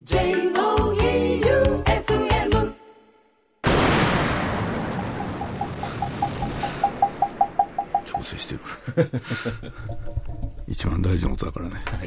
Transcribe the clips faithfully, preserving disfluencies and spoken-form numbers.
ジェイオーイーユーエフエム調整してる一番大事なことだからね、はい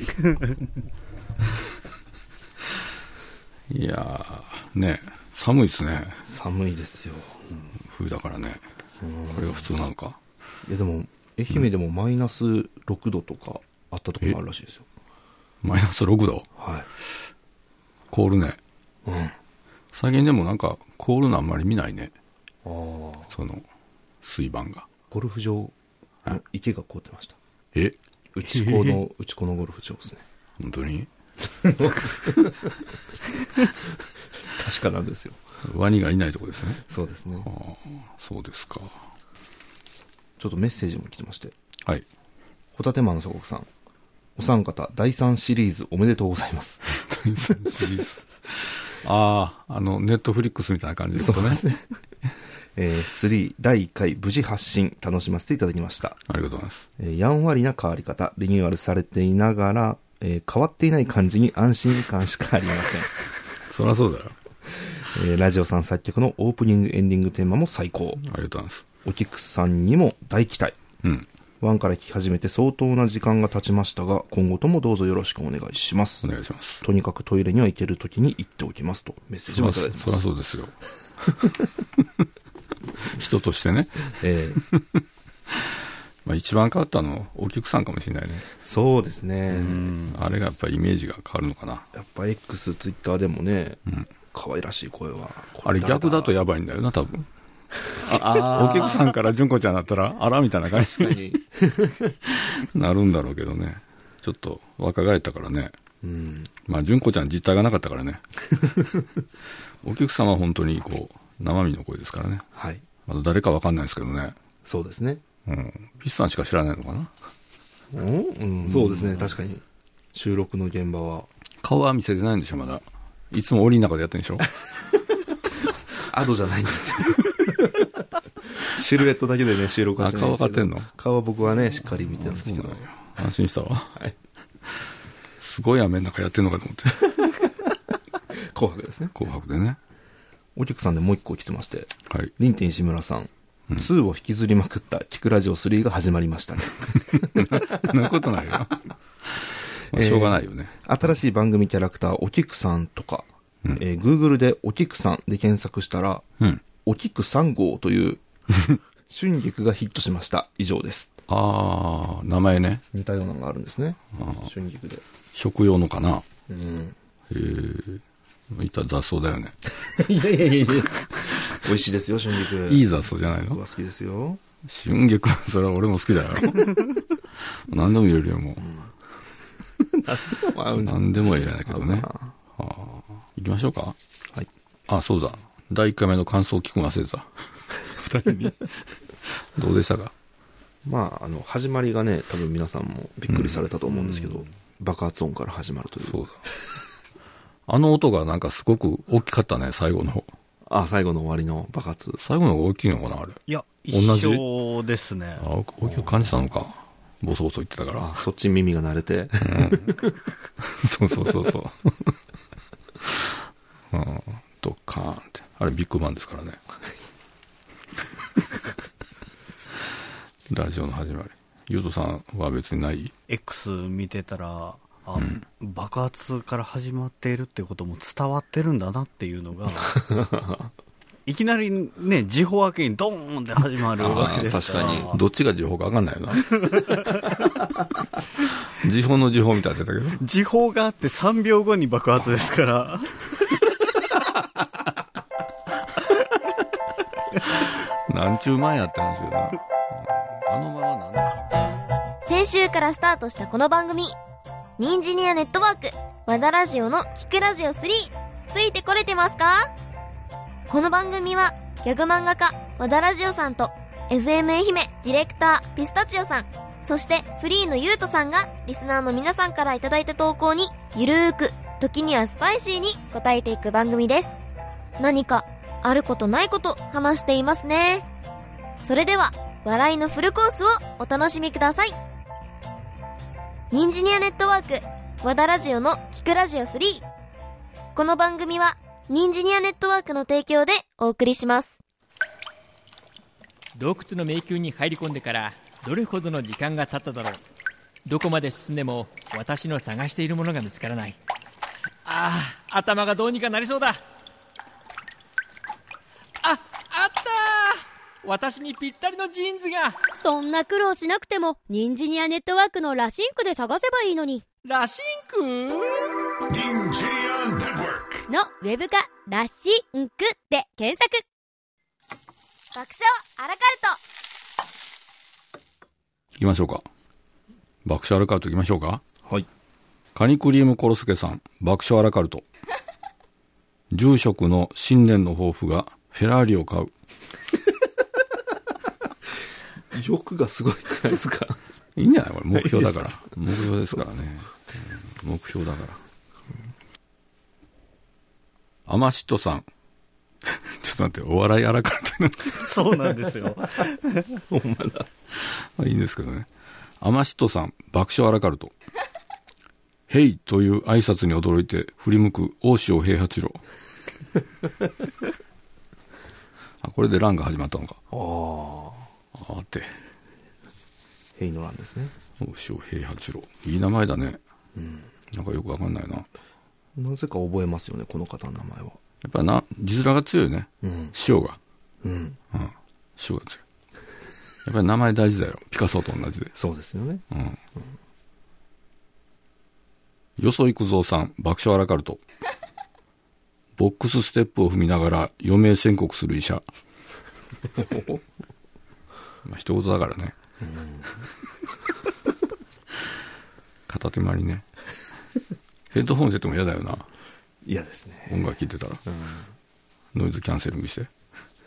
、いやーね、寒いですね。 寒いですよ、 うん、冬だからね。これが普通なのか。 いやでも愛媛でもマイナスろくどとかあったところもあるらしいですよ。 マイナスろくど、 はい、 凍るね、 うん、 最近でもなんか凍るのあんまり見ないね。 あ、 その水盤がゴルフ場の池が凍ってました。 え、 内子の内子のゴルフ場ですね。 本当に確かなんですよ。 ワニがいないとこですね。 そうですね。 あ、そうですか。 ちょっとメッセージも来てまして、 はい。 ホタテマンの祖国さん、お三方だいさんシリーズおめでとうございます。 だいさんシリーズああ、あのネットフリックスみたいな感じですね。そうですねえー、スリーだいいっかい無事発信楽しませていただきました。 ありがとうございます。 えー、やんわりな変わり方、リニューアルされていながら、えー、変わっていない感じに安心感しかありません。 そりゃそうだよ。 えー、ラジオさん作曲のオープニングエンディングテーマも最高。 ありがとうございます。 おきくさんにも大期待。 うん。 ワンから聴き始めて相当な時間が経ちましたが、今後ともどうぞよろしくお願いします。 お願いします。 とにかくトイレには行けるときに行っておきますとメッセージもいただいてます。 そりゃそうですよ。人としてね。 えー、 まあ一番変わったのお菊さんかもしれないね。 そうですね。うん、 あれがやっぱりイメージが変わるのかな。 やっぱ X、ツイッターでもね、うん、可愛らしい声は。 あれ逆だとやばいんだよな、多分。あ、お菊さんから純子ちゃんだったらあらみたいな感じになるんだろうけどね。ちょっと若返ったからね。うん、まあ純子ちゃん実体がなかったからね。お菊さんは本当にこう生身の声ですからね。 はい。 まだ誰かわかんないですけどね。 そうですね。 うん。ピッさんしか知らないのかな。 うん、うん、そうですね。確かに収録の現場は顔は見せてないんでしょまだ。いつも檻の中でやってるんでしょ。 アドじゃないんですよ。シルエットだけでね収録はしてないんですけど。 顔分かってんの？ 顔は僕はねしっかり見てるんですけど。 安心したわ。 はい。 すごい雨の中やってるのかと思って。 紅白ですね。 紅白でね。 お客さんでもう一個来てまして、 はい。 リンテン石村さん、うん、ツーを引きずりまくったキクラジオスリーが始まりましたね。 そんなことないよ。まあ、しょうがないよね、 えー。新しい番組キャラクターおきくさんとか、うん、えー、Google でおきくさんで検索したら、うん、おきくさん号という春菊がヒットしました。以上です。 ああ、名前ね。 似たようなのがあるんですね。春菊で。 食用のかな。 うん。 へえ。いた雑草だよね。 いやいやいやいや。美味しいですよ、春菊。 いい雑草じゃないの？ 僕は好きですよ。 春菊、それは俺も好きだよ。何でも入れるよ、もう。 うん、何でも合うんじゃん。 何でも入れないけどね。はあ、行きましょうか。 はい。 あ、そうだ。だいいっかいめの感想を聞くの忘れてた。二人に。どうでしたか？ まあ、あの、始まりがね、多分皆さんもびっくりされたと思うんですけど、うん、爆発音から始まるという。 そうだ。あの音がなんかすごく大きかったね、最後の方。 あ、最後の終わりの爆発。 最後の方が大きいのかな、あれ。 いや、一緒ですね。 あ、大きく感じたのか。ボソボソ言ってたから。 あ、そっち耳が慣れて。うん、 そうそうそうそう。うん、ドカーンって。あれビッグバンですからね。ラジオの始まり。ゆうとさんは別にない？ X 見てたら、あ、うん、爆発から始まっているってことも伝わってるんだなっていうのがいきなりね時報明けにドーンって始まるわけですから。 確かにどっちが時報か分かんないよな。時報の時報みたいなやつだけど、 時報があってさんびょうごに爆発ですから。 なんちゅう前やって話よな。あのままなんだ。 先週からスタートしたこの番組、ニンジニアネットワーク和田ラジオのキクラジオスリー、ついてこれてますか？この番組はギャグ漫画家和田ラジオさんと エフエム 愛媛ディレクターピスタチオさん、そしてフリーのゆうとさんがリスナーの皆さんからいただいた投稿にゆるーく、時にはスパイシーに答えていく番組です。何かあることないこと話していますね。それでは笑いのフルコースをお楽しみください。ニンジニアネットワーク和田ラジオのキクラジオスリー、 この番組はニンジニアネットワークの提供でお送りします。 洞窟の迷宮に入り込んでからどれほどの時間が経っただろう。どこまで進んでも私の探しているものが見つからない。ああ、頭がどうにかなりそうだ。あ、あったー、私にぴったりのジーンズが。 そんな苦労しなくてもニンジニアネットワークのラシンクで探せばいいのに。 ラシンクニンジニアネットワークのウェブ化ラシンクで検索。 爆笑アラカルト。 行きましょうか。爆笑アラカルト行きましょうか。 はい。 カニクリームコロスケさん、爆笑アラカルト。住職の新年の抱負がフェラーリを買う。 欲がすごいくないですか。 いいんじゃないこれ、目標だから目標ですからね、うん、目標だから。アマシトさんちょっと待って、お笑いアラカルトになってそうなんですよほんまだ。 まあいいんですけどね。アマシトさん、爆笑アラカルト。ヘイという挨拶に驚いて振り向く大塩平八郎。あ、これでランが始まったのか。ああ。あって。 ヘイのランですね。 大塩平八郎。いい名前だね。 うん。 なんかよくわかんないな。 なぜか覚えますよね、この方の名前は。 やっぱな、字面が強いね。 うん。 塩が。 うん。 うん。塩が強い。やっぱり名前大事だよ。ピカソと同じで。 そうですよね。 うん。うん、よそいくぞうさん、爆笑アラカルト。ボックスステップを踏みながら余命宣告する医者。まあ一言だからね。うん、片手間にね。ヘッドホンしてても嫌だよな。 嫌ですね。 音楽聴いてたら、うん、ノイズキャンセリングして、うん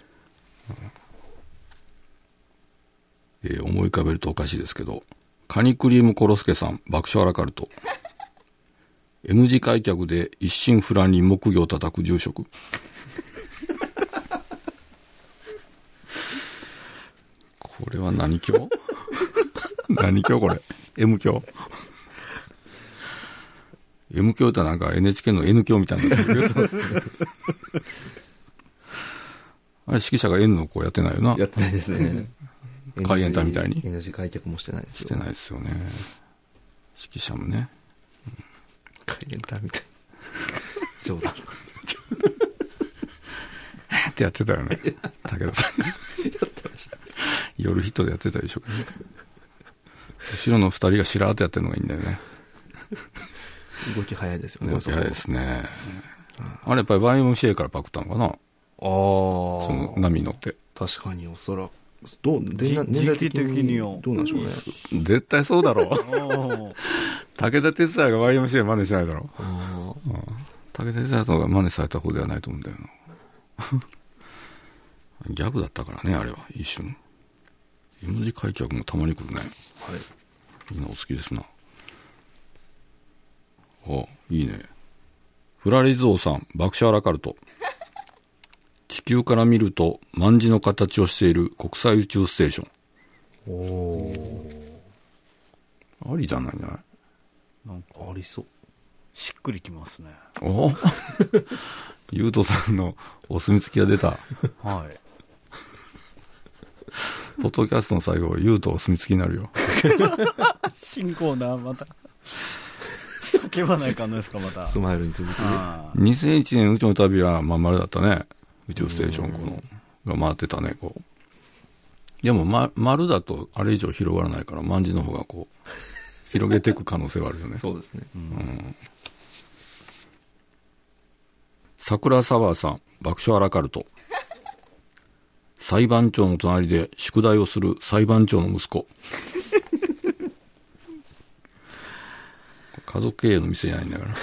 えー、思い浮かべるとおかしいですけど、カニクリームコロスケさん、爆笑アラカルト。M 字開脚で一心不乱に木魚を叩く住職。これは何教何教これ M 教 M 教ってなんか エヌエイチケー の N 教みたいなあれ指揮者が N の子やってないよな。 やってないですね。 海援隊みたいに N 字開脚もしてないですよ。 してないですよね。指揮者もね、 海援隊みたい冗談ってやってたよね武田さんやってました。夜ヒットでやってたでしょ。後ろの二人がしらーっとやってるのがいいんだよね。 動き早いですよね。 動き早いですね。あれやっぱり ワイエムシーエー からパクったのかな。ああ、その波に乗って。 確かにおそらくどう年代的にどうなんでしょうね。 絶対そうだろう。武田鉄矢が ワイエムシーエー 真似しないだろう。武田鉄矢が真似されたことではないと思うんだよな。ギャグだったからね、あれは一瞬。M 字開脚もたまに来るね。はい。みんなお好きですな。あ、いいね。フラリゾーさん、爆笑アラカルト。地球から見ると卍の形をしている国際宇宙ステーション。おー。ありじゃないんじゃない。 なんかありそう。 しっくりきますね。 おゆうとさんのお墨付きが出た。 はい。 ポッドキャストの最後、ゆうとお墨付きになるよ。 新コーナーまた。叫ばないかんのですか、また。 スマイルに続き。 にせんいちねん宇宙の旅はまん丸だったね。宇宙ステーションこのが回ってたね。こうでも、ま、丸だとあれ以上広がらないから卍の方がこう広げていく可能性はあるよね。 そうですね。うん、 桜サワーさん、爆笑アラカルト。裁判長の隣で宿題をする裁判長の息子。家族経営の店じゃないんだから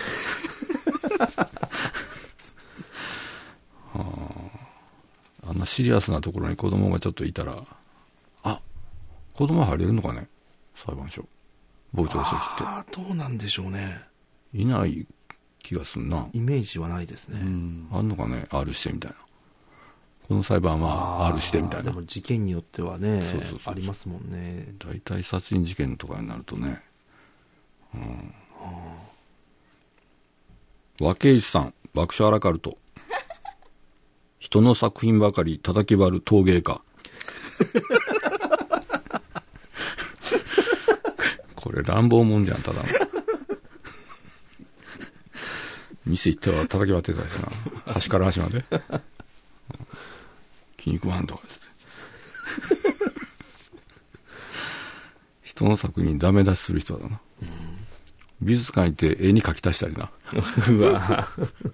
はあ、あんなシリアスなところに子供がちょっといたら、あ、子供入れるのかね、裁判所傍聴席って。 ああ、どうなんでしょうね。 いない気がすんな。 イメージはないですね。うん、 あんのかね、 R してみたいな。この裁判は R してみたいな。 でも事件によってはね、そうそうそうそう、ありますもんね。 大体殺人事件とかになるとね、うん、和慶一さん、 爆笑アラカルト。人の作品ばかり叩き割る陶芸家。これ乱暴もんじゃん、ただの。店行っては叩き割ってたしな。端から端まで。気に食わんとかです。人の作品にダメ出しする人だな。うん、美術館行って絵に描き足したりな。うわ、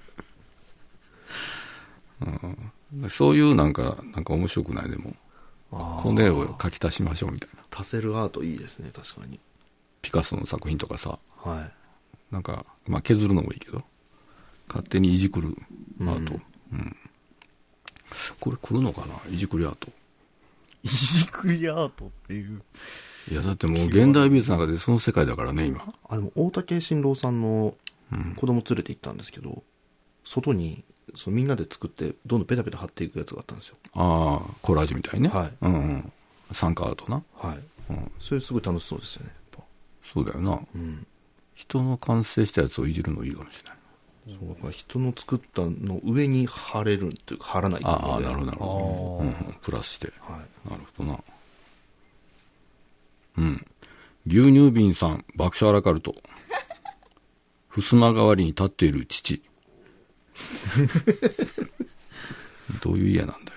うん、そういうなんかなんか面白くないでもこの絵を描き足しましょうみたいな。 足せるアートいいですね、確かに。 ピカソの作品とかさ、 はい、 なんか、まあ、削るのもいいけど勝手にいじくるアート、うんうん、これ来るのかな、いじくりアート。 いじくりアートっていう。 いやだってもう現代美術の中でその世界だからね今。 あ、でも大竹新郎さんの子供連れて行ったんですけど、うん、外にそのみんなで作ってどんどんペタペタ貼っていくやつがあったんですよ。 ああ、コラージュみたいね。 はい、 うんうん、参加アートな。 はい、うん、それすごい楽しそうですよね。やっぱそうだよな、うん、人の完成したやつをいじるのいいかもしれない。 そう、人の作ったの上に貼れるっていうか貼らないと。 ああ、なるほどなるほど、うん、プラスして、はい、なるほどな。うん。牛乳瓶さん爆笑アラカルト。襖代わりに立っている父。どういう家なんだよ。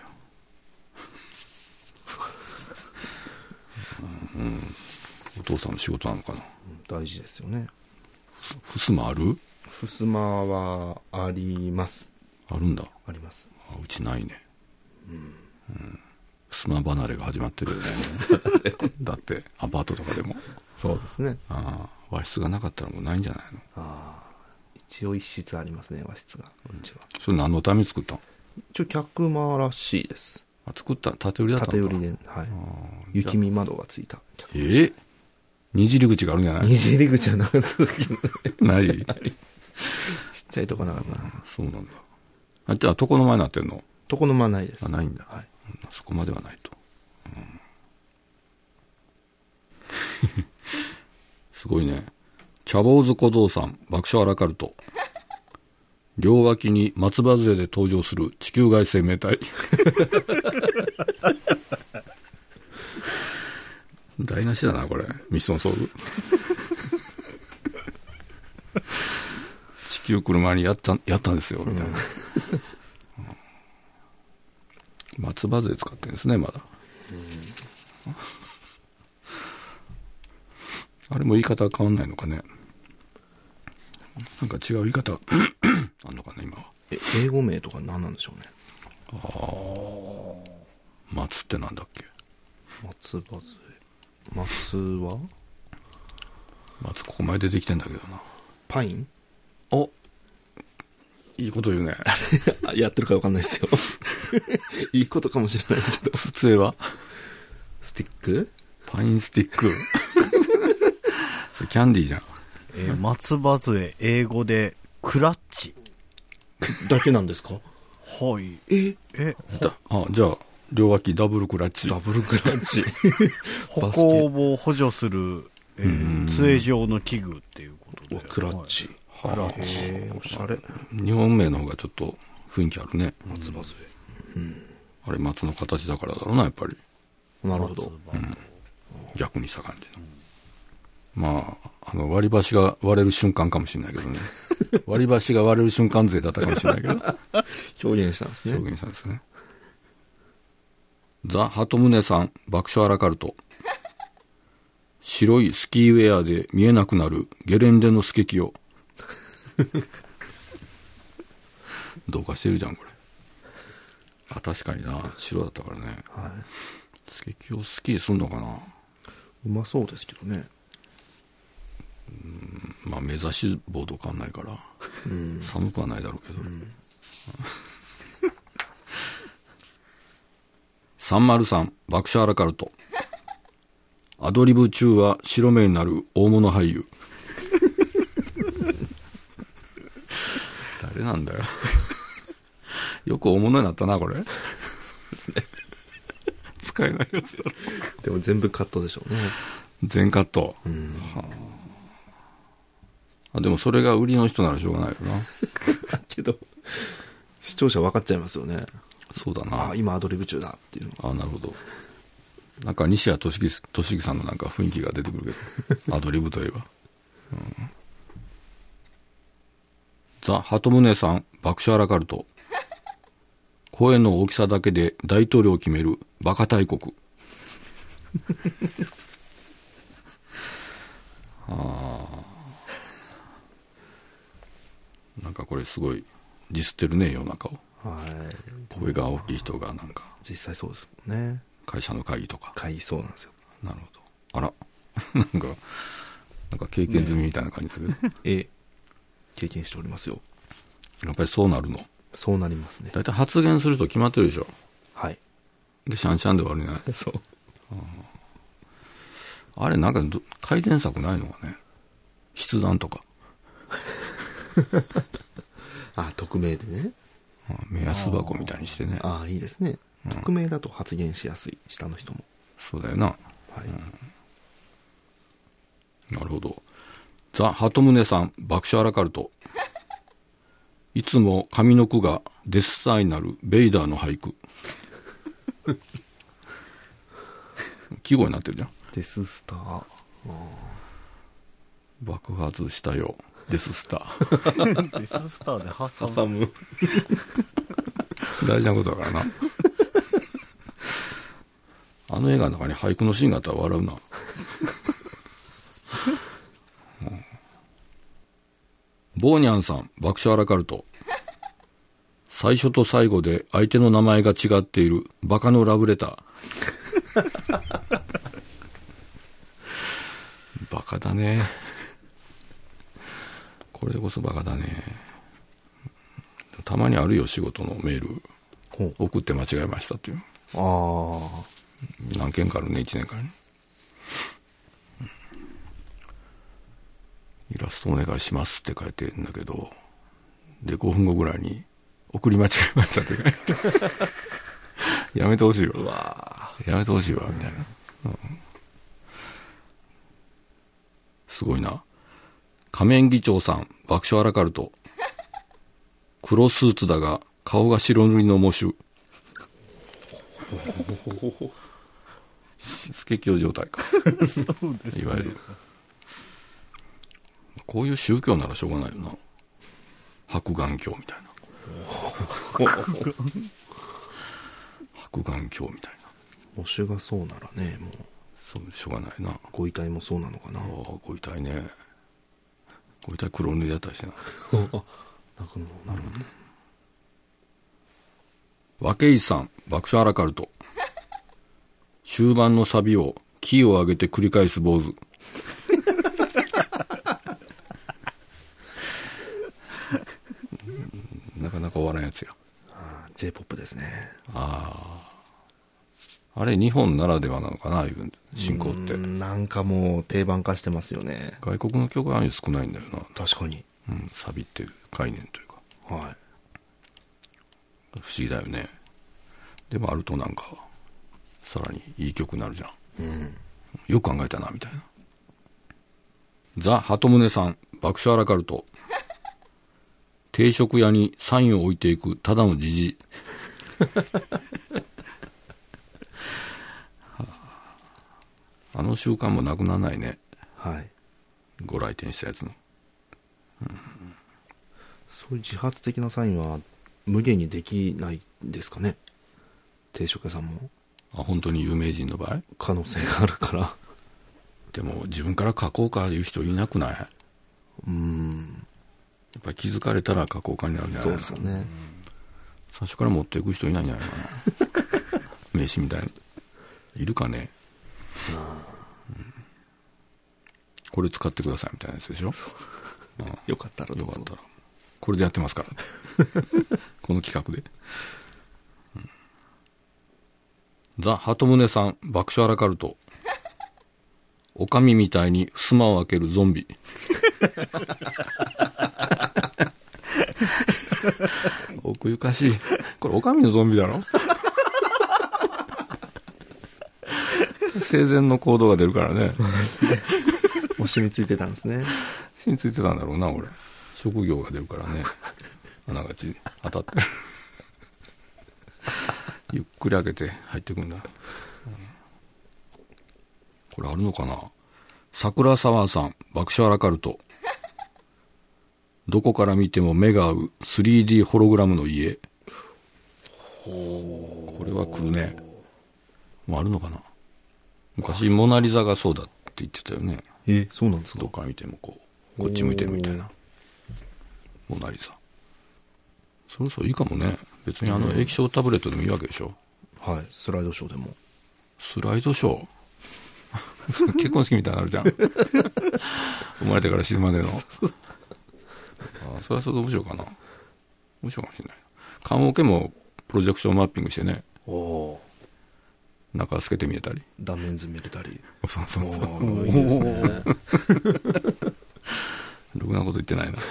うん、お父さんの仕事なのかな。 大事ですよね。 襖ある？ 襖はあります。 あるんだ。 あります。 あ、うちないね。 うんうん、襖離れが始まってるよね。だってアパートとかでも。 そうですね。 ああ、和室がなかったらもうないんじゃないの。 ああ、一応一室ありますね、和室が。うちは。 それ何のために作ったの？ 一応客間らしいです。 あ、作った縦売りだったのか。 縦売りで、はい。雪見窓がついた。 えー、二次入り口があるんじゃない？ 二次入り口はなかった時のない。 ちっちゃいとこなかったな。 そうなんだ。あ、じゃあ床の間になってんの？ 床の間ないです。 あ、ないんだ。 はい。 そこまではないと。うん、すごいね。茶坊主小僧さん爆笑アラカルト。両脇に松葉杖で登場する地球外生命体。台無しだなこれ。ミッションソウル。地球来る前にやったやったんですよみたいな。うん、松葉杖使ってるんですねまだ。うん、あれも言い方は変わんないのかね。なんか違う言い方あんのかな今は。 え、英語名とか何なんでしょうね。 ああ、松ってなんだっけ。 松葉杖。松は松ここ前出てきてんだけどな。 パイン。 お、いいこと言うね。 やってるか分かんないですよ。いいことかもしれないですけど。 筒はスティック。 パインスティック。それキャンディーじゃん。 えー、松葉杖英語でクラッチだけなんですか？ はい。 ええだあ、じゃあ両脇ダブルクラッチ。 ダブルクラッチ。 歩行を補助する、えー、杖状の器具っていうことで。 クラッチ。 はい、クラッチ。 へー、おしゃれ。 日本名の方がちょっと雰囲気あるね。 松葉杖。 うん。あれ松の形だからだろうなやっぱり。 なるほど。 うん、逆にした感じの。まあ、あの割り箸が割れる瞬間かもしれないけどね。割り箸が割れる瞬間勢だったかもしれないけど。 表現したんですね。 表現したんですね。ザ・ハトムネさん爆笑アラカルト。白いスキーウェアで見えなくなるゲレンデのスケキヨ。どうかしてるじゃんこれ。あ、確かにな、白だったからね。 はい。 スケキヨスキーすんのかな。 うまそうですけどね。 うん、まあ目指しボードわかんないから、うん、寒くはないだろうけど、うん、さんまるさん爆笑アラカルト。アドリブ中は白目になる大物俳優。誰なんだよ。よく大物になったなこれ。使えないやつだろ。 でも全部カットでしょうね。 全カット、うん、はあ、あ、でもそれが売りの人ならしょうがないよな。 けど視聴者分かっちゃいますよね。 そうだな。 あ、今アドリブ中だっていうの。 あ、なるほど。なんか西谷俊樹、俊樹さんのなんか雰囲気が出てくるけど、アドリブといえば。うん、ザ・ハトムネさん、爆笑アラカルト。声の大きさだけで大統領を決めるバカ大国。ああ。なんかこれすごいディスってるね、世の中を。 はい。 声が大きい人がなんか。 実際そうですもんね。 会社の会議とか。 会議そうなんですよ。 なるほど。あら。なんか、なんか経験済みみたいな感じだけど。ね、 ええ。経験しておりますよ。 やっぱりそうなるの。 そうなりますね。 だいたい発言すると決まってるでしょ。 はい。 で、シャンシャンで終わるんじゃない？ そう。 あれ、なんかど改善策ないのかね。筆談とか。 あ、匿名でね。 目安箱みたいにしてね。 ああ、いいですね。匿名だと発言しやすい、下の人も。 そうだよな。 はい。 うん、なるほど。ザ・ハトムネさん、爆笑アラカルト。いつも上の句がデスサイになるベイダーの俳句。季語になってるじゃん。 デススター。 爆発したよ。デススター。 デススターで挟む。 挟む。 大事なことだからな。あの映画の中に俳句のシーンがあったら笑うな。うん、ボーニャンさん、爆笑アラカルト。最初と最後で相手の名前が違っているバカのラブレター。バカだね。これこそバカだね。たまにあるよ、仕事のメール送って間違えましたっていう。 ああ。 何件かあるね、いちねんからね。イラストお願いしますって書いてるんだけど、でごふんごぐらいに送り間違えましたって書いてやめてほしいわ。やめてほしいわみたいな、うん、すごいな。仮面議長さん、爆笑アラカルト。黒スーツだが顔が白塗りの喪主。スケキヨ状態か。 そうですね、 いわゆるこういう宗教ならしょうがないよな。白眼教みたいな。白眼教みたいな。 喪主がそうならね、もうそうしょうがないな。 ご遺体もそうなのかな。 ご遺体ね。ご遺体黒塗りだったりしてな。 あ、なるほど、なるほど。 和気さん、爆笑アラカルト。終盤のサビをキーを上げて繰り返す坊主。なかなか終わらんやつや。 あ、 J-ポップ ですね。 ああ。あれ日本ならではなのかな、ああいう進行って。 なんかもう定番化してますよね。 外国の曲は少ないんだよな。 確かに。 うん、サビっていう概念というか。 はい。 不思議だよね。でもあるとなんかさらにいい曲になるじゃん、うん、よく考えたなみたいな。ザ・ハトムネさん、爆笑アラカルト。定食屋にサインを置いていくただのジジイ。あの習慣もなくならないね。 はい。 ご来店したやつの、うん、 そういう自発的なサインは無限にできないんですかね、定食屋さんも。 あ、本当に有名人の場合可能性があるから。 でも自分から書こうかいう人いなくない？ うーん、 やっぱり気づかれたら書こうかになるんじゃないの？ そうですよね。 最初から持っていく人いないんじゃないかな。名刺みたいにいるかね、うん、これ使ってくださいみたいなやつでしょ。 よかったらどうぞ。 よかったらこれでやってますからこの企画で、うん、ザ・ハトムネさん、爆笑アラカルト。おかみみたいに襖を開けるゾンビ。奥ゆかしい。これおかみのゾンビだろ。生前の行動が出るからね。 もう染みついてたんですね。 染みついてたんだろうな、俺。職業が出るからね。あながち当たってる。 ゆっくり開けて入ってくんだ、うん、これあるのかな。桜沢さん爆笑アラカルト。どこから見ても目が合う スリーディー ホログラムの家。これは来るね。もうあるのかな。昔モナリザがそうだって言ってたよね。 え、そうなんですか。 どこから見てもこうこっち向いてるみたいな。モナリザ。そろそろいいかもね。別にあの液晶タブレットでもいいわけでしょ。 はい、スライドショーでも。 スライドショー結婚式みたいになるじゃん生まれてから死ぬまでのああ、それはそれで面白いかな。面白いかもしれない。棺桶もプロジェクションマッピングしてね。お中透けて見えたり断面図見れたり。 そうそうそう、 いいですねろくなこと言ってないな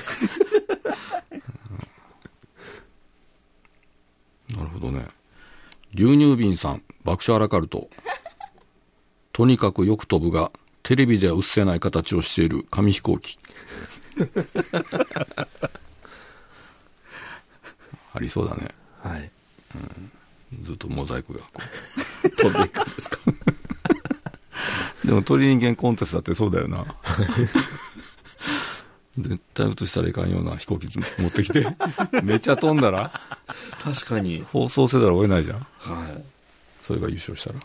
なるほどね。牛乳瓶さん爆笑アラカルト。とにかくよく飛ぶがテレビでは映せない形をしている紙飛行機ありそうだね。 はい、 うん、ずっとモザイクがこう飛んでいくんですかでも鳥人間コンテストだってそうだよな絶対映したらいかんような飛行機持ってきてめちゃ飛んだら確かに放送せざるを得ないじゃん。 はい、 それが優勝したら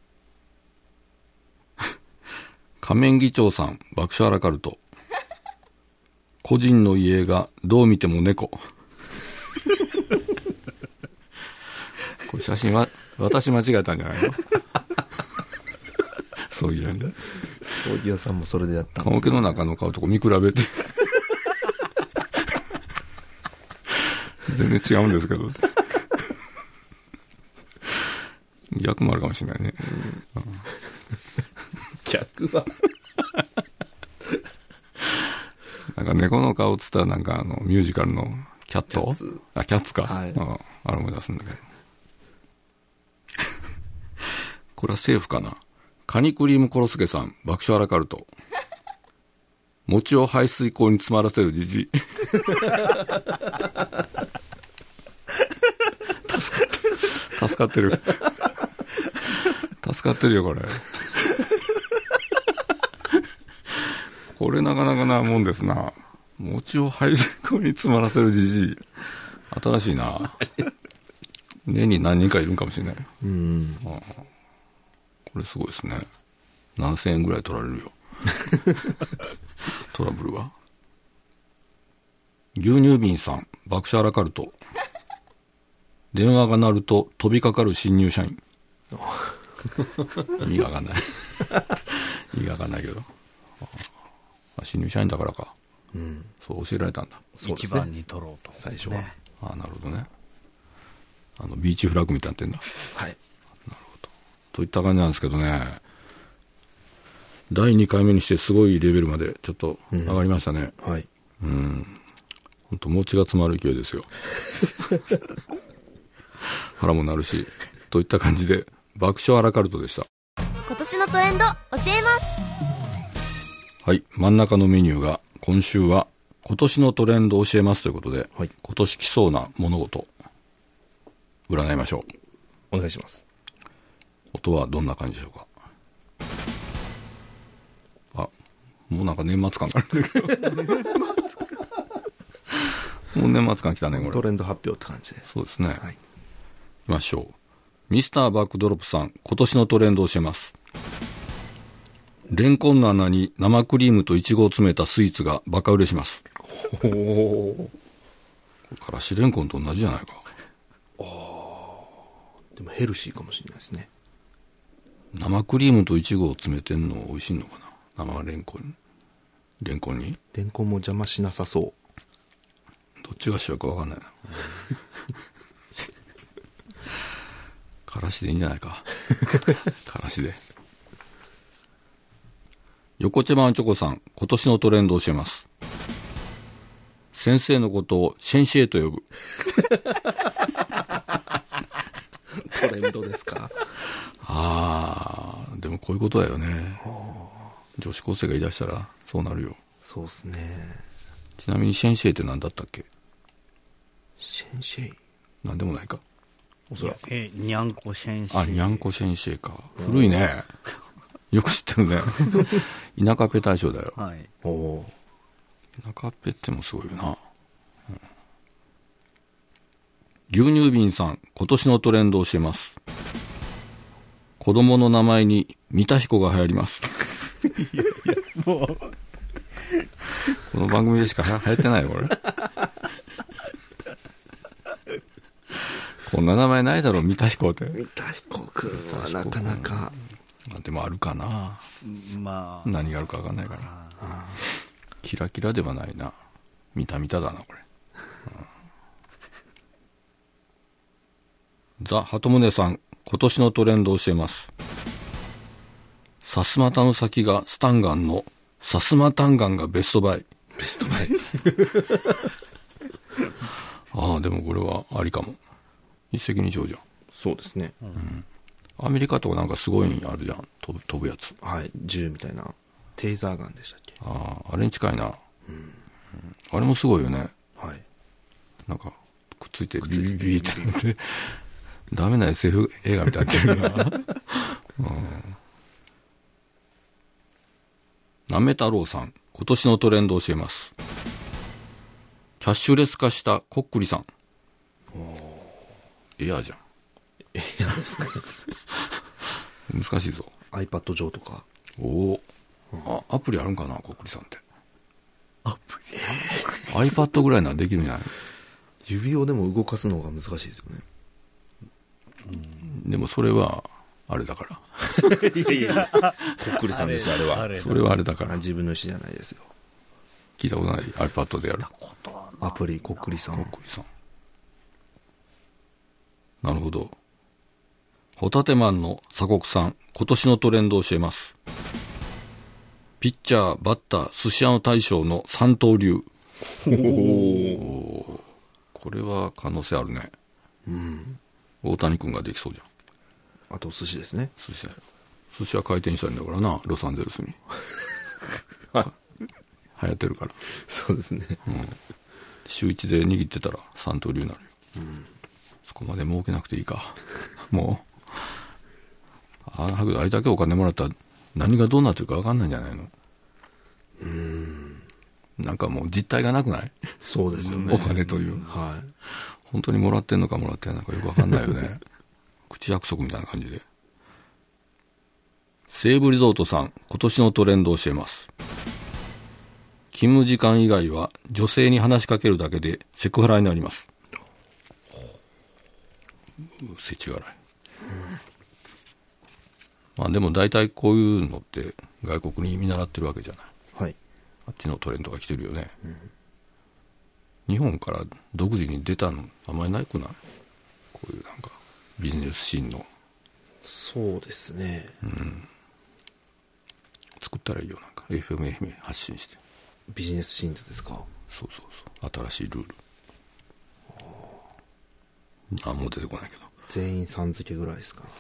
仮面議長さん爆笑アラカルト。個人の家がどう見ても猫これ写真は私間違えたんじゃないのそういうね。 葬儀屋さんもそれでやったんです、ね、 棺桶の中の顔とこ見比べて全然違うんですけど逆もあるかもしれないね、うん、 逆はなんか猫の顔っつったらなんかあのミュージカルのキャット、 キャッツあキャッツか、 はい、 ああれ思い出すんだけどこれはセーフかな。カニクリームコロスケさん爆笑アラカルト。餅を排水口に詰まらせるじじい助かって助かってる助かってるよこれこれなかなかなもんですな。餅を排水口に詰まらせるじじい新しいな年に何人かいるんかもしれない。うん、ああこれすごいですね。何千円ぐらい取られるよトラブルは。牛乳瓶さん爆笑アラカルト。電話が鳴ると飛びかかる新入社員意味がわかんない意味がわかんないけど、あ新入社員だからか、うん、そう教えられたんだ。 そうですね、一番に取ろうと最初は、ね、 あなるほどね。あのビーチフラッグみたいになってんだ。 はい、 なるほど。といった感じなんですけどね。だいにかいめにしてすごいレベルまでちょっと上がりましたね。 うん、はい。 うん。本当餅が詰まる勢いですよ。腹も鳴るし。といった感じで爆笑アラカルトでした。 今年のトレンド教えます。 はい。真ん中のメニューが今週は今年のトレンド教えますということで、はい、今年来そうな物事占いましょう。お願いします。 音はどんな感じでしょうか。あ、もうなんか年末感があるんだけどもう年末感来たねこれ。 トレンド発表って感じで。 そうですね。はい。行きましょう。ミスターバックドロップさん、今年のトレンドを教えます。レンコンの穴に生クリームとイチゴを詰めたスイーツがバカ売れします。おお。からしレンコンと同じじゃないか。 ああ。でもヘルシーかもしれないですね。 生クリームとイチゴを詰めてんの美味しいのかな。生レンコン。レンコンに。 レンコンも邪魔しなさそう。 どっちが主役か分かんないな。からしでいいんじゃないか。からしで。横茶番チョコさん、今年のトレンドを教えます。先生のことを先生と呼ぶ。 トレンドですか。 ああ、でもこういうことだよね。女子高生が言い出したらそうなるよ。 そうですね。 ちなみに先生って何だったっけ。 先生。 何でもないか。 おそらく。 え、にゃんこ先生。 あ、にゃんこ先生か。古いね。よく知ってるね。田舎っぺ大賞だよ。 はい。 おお。 田舎っぺってもすごいよな。うん、牛乳瓶さん、今年のトレンドを教えます。子供の名前に三田彦が流行ります。いやいや、もう。この番組でしか流行ってないよ、これ。こんな名前ないだろ、三田彦って。 三田彦くんはなかなか。 まあ、でもあるかな。 まあ。 何があるか分かんないから。キラキラではないな。見た見ただな、これ。うん、ザ・ハトムネさん、今年のトレンドを教えます。さすまたの先がスタンガンのさすまタンガンがベストバイ。 ベストバイです。 ああ、でもこれはありかも。一石二鳥じゃん。 そうですね。 うん。アメリカとかなんかすごいんあるじゃん。飛ぶ、飛ぶやつ。 はい。銃みたいな。テーザーガンでしたっけ。 ああ、あれに近いな。うんうん、 あれもすごいよね。 はい。 なんか、くっついてビビビビってなって、ダメな エスエフ 映画みたいになってるな。うん。なめ太郎さん、今年のトレンドを教えます。キャッシュレス化したこっくりさん。エアじゃん。 エアですね。 難しいぞ。 iPad 上とか。 おお、あ、アプリあるんかな、こっくりさんって。 アプリ、 えー、iPad ぐらいならできるんじゃない？ 指をでも動かすのが難しいですよね。 うん、でもそれはあれだから。 いやいや、こっくりさんですよ、あれは。 あれそれはあれだから。 自分の意思じゃないですよ。 聞いたことない？ iPad でやるアプリ、こっくりさん。 こっくりさん。なるほど。ホタテマンの鎖国さん、今年のトレンドを教えます。ピッチャー、バッター、寿司屋の大将の三刀流。おお、これは可能性あるね。 うん。 大谷君ができそうじゃん。 あと寿司ですね。 寿司だよ。寿司は回転したいんだからな、ロサンゼルスに。流行ってるから。 そうですね。 うん。週一で握ってたら三刀流になるよ。うん。そこまで儲けなくていいか。もう。ああれだけお金もらったら何がどうなってるか分かんないんじゃないの？ うーん。 なんかもう実態がなくない？ そうですよね。 お金という。 はい。 本当にもらってんのかもらってないのかよく分かんないよね。口約束みたいな感じで。西武リゾートさん、今年のトレンドを教えます。勤務時間以外は女性に話しかけるだけでセクハラになります。世知辛い。まあでも大体こういうのって外国に見習ってるわけじゃない。 はい。 あっちのトレンドが来てるよね。うん、日本から独自に出たのあんまりないくない？こういうなんかビジネスシーンの。 そうですね。 うん。作ったらいいよ、なんか エフエム 愛媛発信して。 ビジネスシーンですか？そうそうそう。新しいルール。あ、もう出てこないけど。 全員さん付けぐらいですか？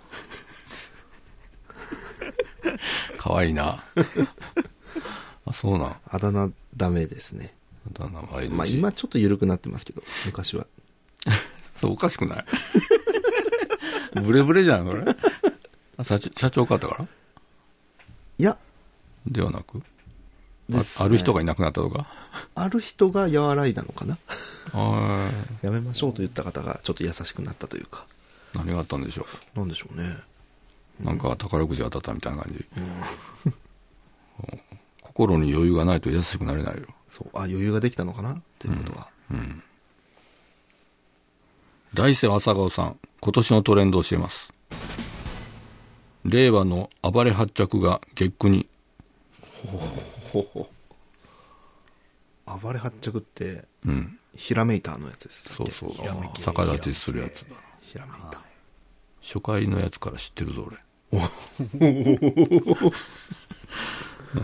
かわいいな。あ、そうなん。 あだ名ダメですね。 あだ名は エヌジー。 まあ今ちょっと緩くなってますけど、昔は。 そう、おかしくない？ブレブレじゃん、それ。あ、社長、社長かったから？ いや。ではなく、ね、あ, ある人がいなくなったとか？ ある人が和らいだのかな。 あやめましょうと言った方がちょっと優しくなったというか。 何があったんでしょう。なんでしょうね。 なんか宝くじ当たったみたいな感じ。うん、心に余裕がないと優しくなれないよ。 そう、あ、余裕ができたのかなっていうことは。うん。うん、 大瀬朝顔さん、今年のトレンドを教えます。令和の暴れ発着が月句に。 ほほほほ。暴れ発着って、 うん、 ひらめいたのやつです。 そうそう。逆立ちするやつだ。 ひらめいた。 初回のやつから知ってるぞ俺。 うん、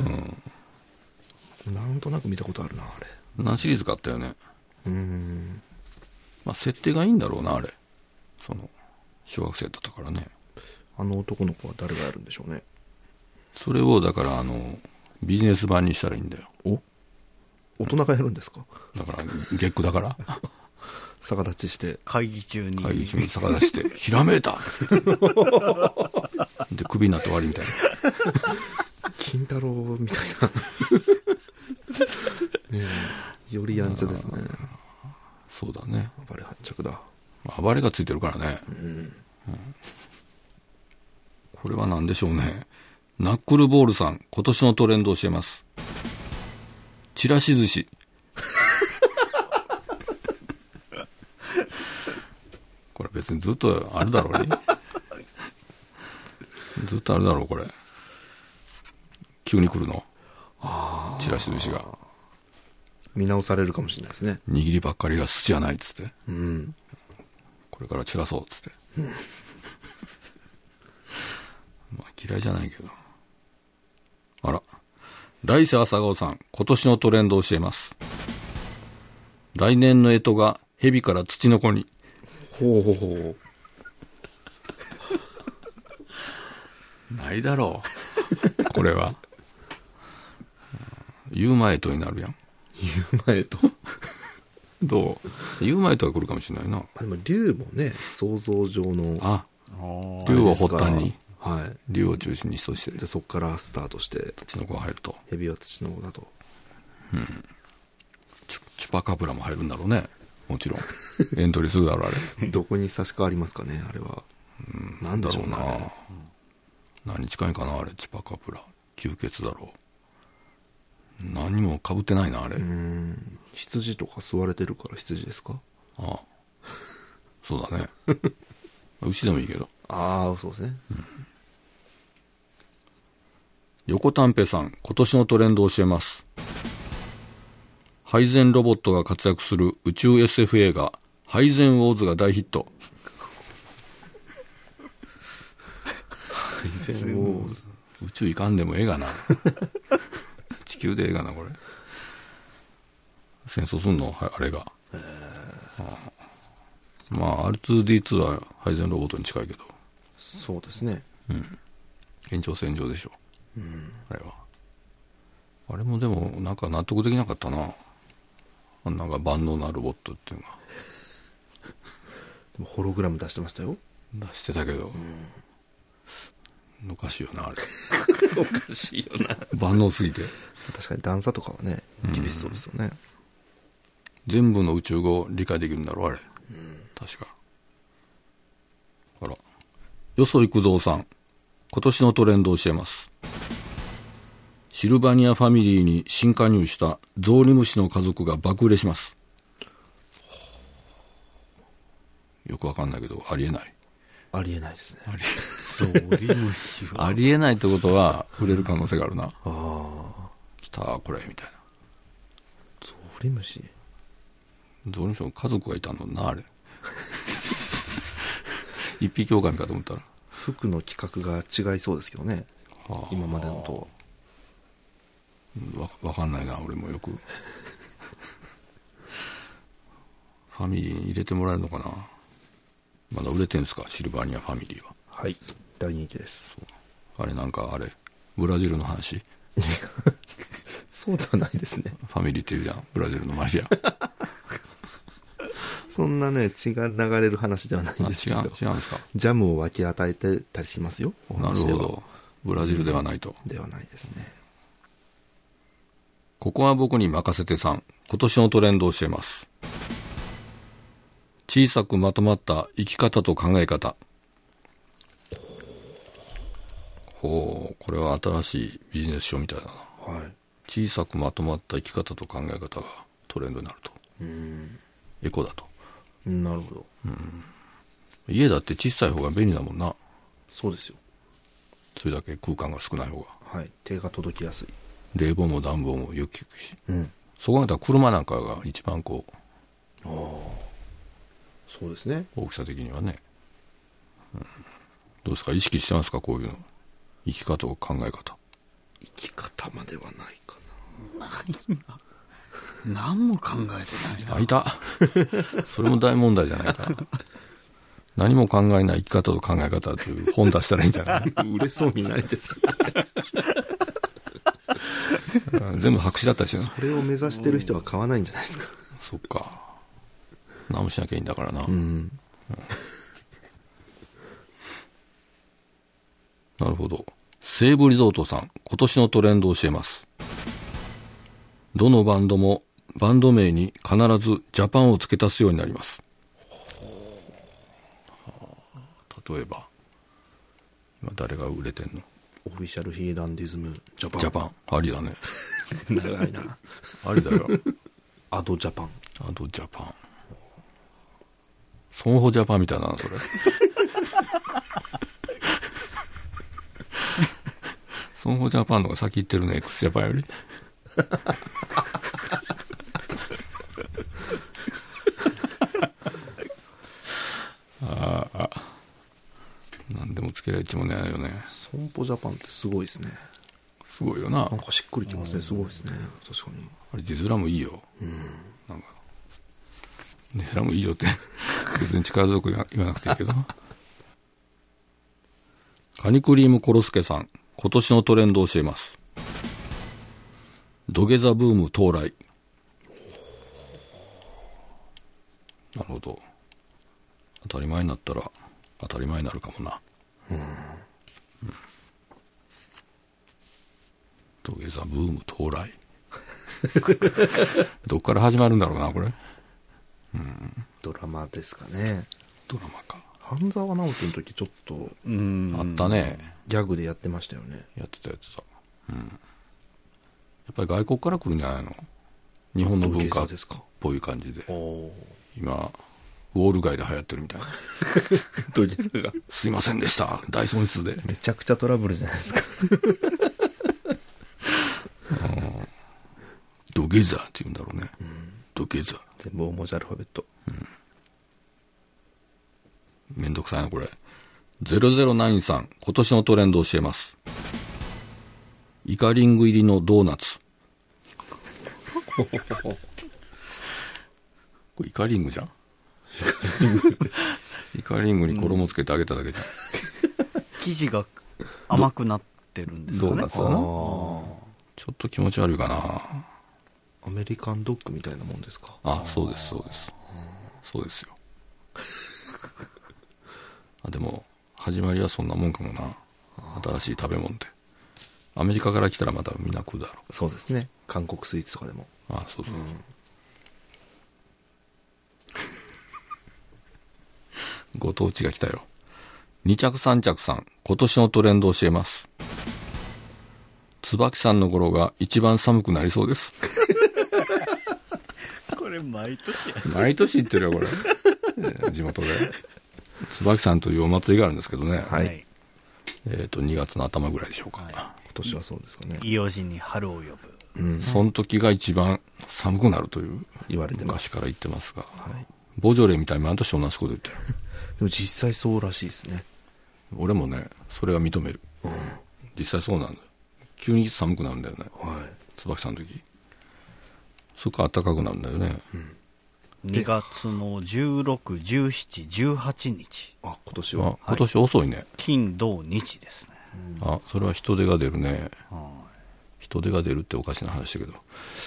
なんとなく見たことあるな、あれ。 何シリーズかあったよね。 うーん。 まあ設定がいいんだろうな、あれ。その小学生だったからね。 あの男の子は誰がやるんでしょうね。 それをだからあのビジネス版にしたらいいんだよ。 お、大人がやるんですか？ だから月句だから。 逆立ちして会議中に会議中に逆立してひらめいたでクビになって終わりみたいな金太郎みたいなねえよりやんちゃですね。 そうだね、 暴れ発着だ。 暴れがついてるからね、 うんうん、 これは何でしょうね。ナックルボールさん、今年のトレンドを教えます。ちらし寿司これ別にずっとあるだろうねずっとあるだろうこれ。急に来るのちらし寿司が見直されるかもしれないですね。 握りばっかりが寿司じゃないっつって、 うん、 これから散らそうっつって、うん、まあ嫌いじゃないけど。あら、来世朝顔さん、今年のトレンドを教えます。来年の干支が蛇から土の子に。 ほうほうほうないだろうこれはユーマエトになるやん。 ユーマエトどうユーマエトが来るかもしれないな。 でも竜もね、想像上のあ竜を発端に、 はい、 竜を中心にとして、 でそこからスタートして土の子が入ると、 蛇は土の子だと、 うん、チュ, チュパカブラも入るんだろうね。もちろんエントリーするだろうあれどこに差し替わりますかねあれは、うん、なんだろうな、うん、 何に近いかなあれ。チュパカブラ吸血だろう。何にも被ってないなあれ。うーん、羊とか吸われてるから羊ですか。 ああそうだね牛でもいいけど。 ああそうですね、うん、 横丹平さん、今年のトレンドを教えます。配膳ロボットが活躍する宇宙 エスエフ 映画配膳ウォーズが大ヒット。 配膳ウォーズ、 宇宙行かんでもええがな地球でええがなこれ。戦争すんのあれが、えー、ああまあ アールツーディーツー は配膳ロボットに近いけど。 そうですね、 うん、延長線上でしょ、 うん、 あれは。あれもでもなんか納得できなかったな。あんなんか万能なロボットっていうのがでもホログラム出してましたよ。 出してたけど、うん、おかしいよなあれおかしいよな万能すぎて。確かに段差とかはね厳しそうですよね、うん、 全部の宇宙語を理解できるんだろうあれ、うん、確か。あら、よそいくぞうさん、今年のトレンドを教えます。シルバニアファミリーに新加入したゾウリムシの家族が爆売れします。よくわかんないけどありえない。 ありえないですね。 ありゾウリムシはありえないってことは売れる可能性があるな。ああ来たこれみたいな。 ゾウリムシゾウリムシの家族がいたのなあれ一匹狼かと思ったら。 服の規格が違いそうですけどね、はあ、今までのとわ分かんないな俺もよくファミリーに入れてもらえるのかな。まだ売れてるんですかシルバニアファミリーは。 はい大人気です。 そうあれなんかあれブラジルの話そうではないですね。 ファミリーっていうじゃんブラジルのマフィアそんなね血が流れる話ではないんですけど。違う違うんですか。 ジャムを分け与えてたりしますよ。 なるほどブラジルではないと、 うん、ではないですね。 ここは僕に任せてさん、今年のトレンドを教えます。小さくまとまった生き方と考え方。ほう、これは新しいビジネス書みたいだな、 はい、 小さくまとまった生き方と考え方がトレンドになると。 うん、 エコだと。 なるほど、 うん、家だって小さい方が便利だもんな。 そうですよ。 それだけ空間が少ない方が、はい、手が届きやすい。 冷房も暖房もよく効くし、 うん、 そこまでは車なんかが一番こう、 ああそうですね、 大きさ的にはね、うん、どうですか意識してますかこういうの生き方と考え方。 生き方まではないかな。 ないな何も考えてないな。 あいたそれも大問題じゃないか何も考えない生き方と考え方という本出したらいいんじゃない売れそうにないです全部白紙だったしな。 それを目指してる人は買わないんじゃないですか。 そっか。 何もしなきゃいいんだからな。 うん。うん、 なるほど。西武リゾートさん、今年のトレンドを教えます。どのバンドもバンド名に必ずジャパンを付け足すようになります。例えば今誰が売れてんの？ オフィシャルヒーダンディズムジャパン。 ジャパンありだね。 長いな。 ありだよ。 アドジャパン。 アドジャパン。ソンホジャパンみたいなのそれ。ソンホジャパンの方が先行ってるね、 X ジャパンより。ああ、何でもつけられちもねないよね。 ソンポジャパンってすごいですね。 すごいよな。 なんかしっくりきますね。すごいですね。確かに。 あれ字面もいいよ。うん。なんか字面もいいよって別に力強く言わなくていいけど。カニクリームコロスケさん、今年のトレンドを教えます。土下座ブーム到来。なるほど。当たり前になったら当たり前になるかもな。うん、うん、土下座ブーム到来。どっから始まるんだろうなこれ。うん、 ドラマですかね。 ドラマか。 半沢直樹の時ちょっとうんあったね。 ギャグでやってましたよね。 やってたやってた。うん。やっぱり外国から来るんじゃないの？日本の文化っぽい感じで。今ウォール街で流行ってるみたいな。 土下座が。 すいませんでした。大損失で。 めちゃくちゃトラブルじゃないですか。 土下座って言うんだろうね。うん、土下座。 全部大文字アルファベット。うん。 めんどくさいなこれ。ゼロゼロナインさん、今年のトレンドを教えます。イカリング入りのドーナツ。これイカリングじゃん。イカリングに衣つけてあげただけじゃん。 生地が甘くなってるんですかね。 ドーナツだな。ちょっと気持ち悪いかな。 アメリカンドッグみたいなもんですか。 あ、そうですそうです。そうですよ。あ、でも始まりはそんなもんかもな。新しい食べ物ってアメリカから来たらまたみんな食うだろう。 そうですね。韓国スイーツとかでも。 あ、そうそうそう、うん、ご当地が来たよ。に着さん着さん、今年のトレンドを教えます。椿さんの頃が一番寒くなりそうです。 これ毎年や。 毎年言ってるよこれ。地元で椿さんというお祭りがあるんですけどね、はい、えーとにがつの頭ぐらいでしょうか、はい、今年はそうですかね。 伊予路に春を呼ぶ、 うん、その時が一番寒くなるという言われてます。 昔から言ってますが、はい、ボジョレーみたいに毎年同じこと言ってる。 でも実際そうらしいですね。 俺もねそれは認める、うん、実際そうなんだよ。急に寒くなるんだよね、はい、椿さんの時そっから暖かくなるんだよね、うん、 にがつのじゅうろく、じゅうしち、じゅうはちにち。 あ、今年は、はい、 今年遅いね。 金土日ですね、 うん、あ、それは人手が出るね、はい、人手が出るっておかしな話だけど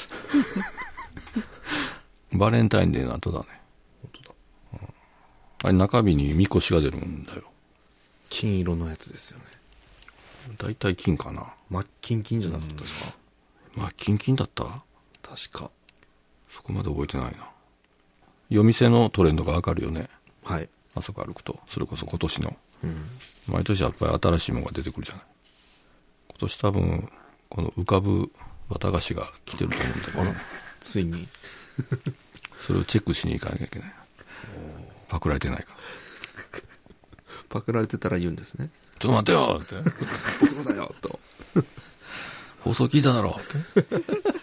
バレンタインデーの後だね。 本当だ、 うん、あれ中日にみこしが出るんだよ。 金色のやつですよね。 だいたい金かな。 真っ金金じゃなかったですか。 真っ金金だった？ 確か。 そこまで覚えてないな。夜店のトレンドがわかるよね。 はい。 あそこ歩くと、それこそ今年の、 うん、 毎年やっぱり新しいものが出てくるじゃない。今年多分この浮かぶ綿菓子が来てると思うんだけど、ね、 ついにそれをチェックしに行かなきゃいけない。パクられてないか。 パクられてたら言うんですね。 ちょっと待ってよって僕のだよと放送聞いただろうって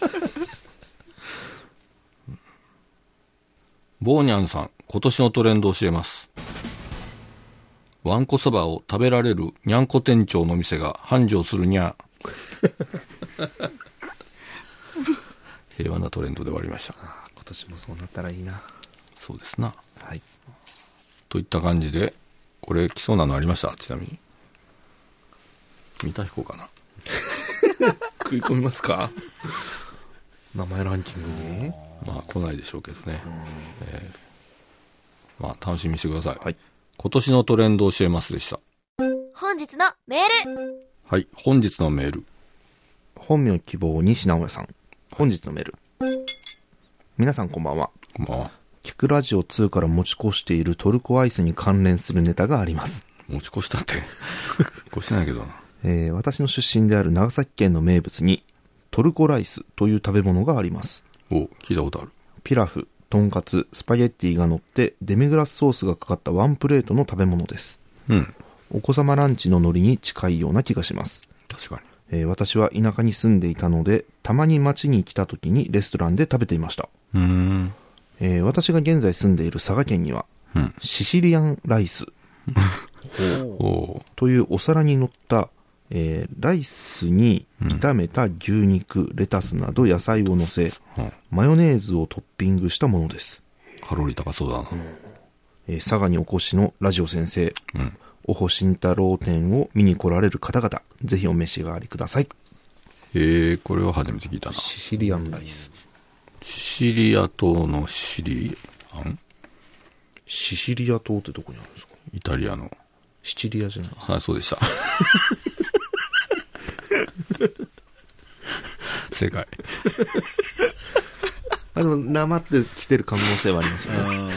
ボーニャンさん、今年のトレンドを教えます。わんこそばを食べられるにゃんこ店長の店が繁盛するにゃ平和なトレンドで終わりました。 今年もそうなったらいいな。 そうですな。 はい。 といった感じで、これ来そうなのありました？ちなみに三田彦かな食い込みますか名前ランキングに。 まあ来ないでしょうけどね、えまあ、楽しみにしてください。 はい。 今年のトレンドを教えますでした。 本日のメール。 はい、本日のメール。 本名希望西直哉さん。本日のメール。皆さんこんばんは。 こんばんは。 キクラジオツーから持ち越しているトルコアイスに関連するネタがあります。 持ち越したって。越してないけどな。 えー、私の出身である長崎県の名物にトルコライスという食べ物があります。 お、聞いたことある。 ピラフ、とんかつ、スパゲッティが乗ってデミグラスソースがかかったワンプレートの食べ物です。 うん。 お子様ランチの海苔に近いような気がします。 確かに。 えー、私は田舎に住んでいたので、たまに町に来た時にレストランで食べていました。 うーん。 えー、私が現在住んでいる佐賀県には、うん、シシリアンライスというお皿に乗った、えー、ライスに炒めた牛肉、レタスなど野菜を乗せ、うん、マヨネーズをトッピングしたものです。 カロリー高そうだな。 えー、佐賀にお越しのラジオ先生、 うん、 おほ慎太郎店を見に来られる方々、ぜひお召し上がりください。 えー、これは初めて聞いたな。 シシリアンライス。 シシリア島のシリアンシシリア島ってどこにあるんですか？ イタリアの。 シチリアじゃないですか。 はい、そうでした。正解。 あ、でも、なまってきてる可能性はありますよね。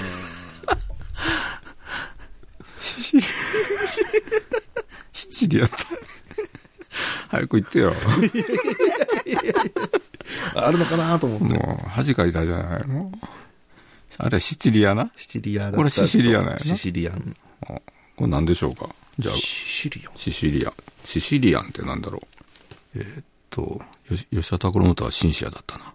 シチリア。シチリア島。早く言ってよ。 あるのかなと思って。 もう、恥かいたじゃないの。あれ、シチリアなシチリアだった。 これシシリアなんやな。 シシリアン。 これ何でしょうか。じゃあ、 シシリアン。 シシリアン。シシリアンってなんだろう。えー、っと、吉田拓郎の歌はシンシアだったな。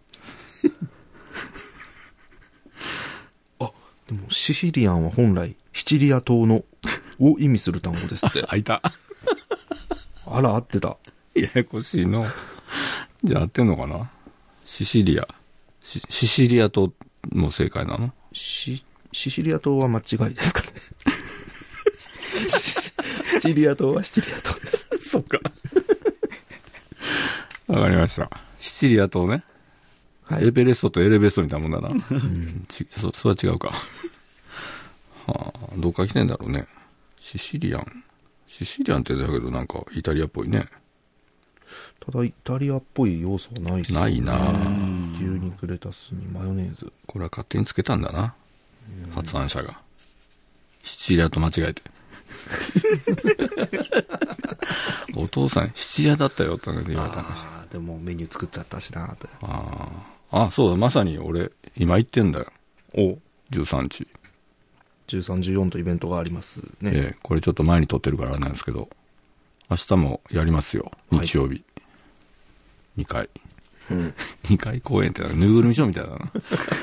あ、でもシシリアンは本来、シチリア島の、を意味する単語ですって。 あ、いた。 あら、合ってた。 ややこしいの。じゃあ合ってんのかな。シシリア。シ, シシリア島も正解なの？ シ、シシリア島は間違いですかね。シチリア島はシチリア島です。 そっか。わかりました。シチリア島ね。はい、エベレストとエレベストみたいなもんだな。うん、そ, それは違うか。はあ、どっから来てんだろうね。シシリアン。シシリアンってだけどなんかイタリアっぽいね。 ただイタリアっぽい要素はないですね。 ないな。 牛肉レタスにマヨネーズ。 これは勝手につけたんだな。発案者が。シチリアと間違えて。お父さんシチリアだったよって言われたんですよ。 ああ、でもメニュー作っちゃったしなって。 ああ。あ、そうだ、まさに俺今行ってんだよ。 おじゅうさんにち。 じゅうさん、じゅうよんとイベントがありますね。 ええ、これちょっと前に撮ってるからなんですけど、明日もやりますよ。日曜日。はい、にかい。うん、にかい公演ってぬいぐるみショーみたいだな。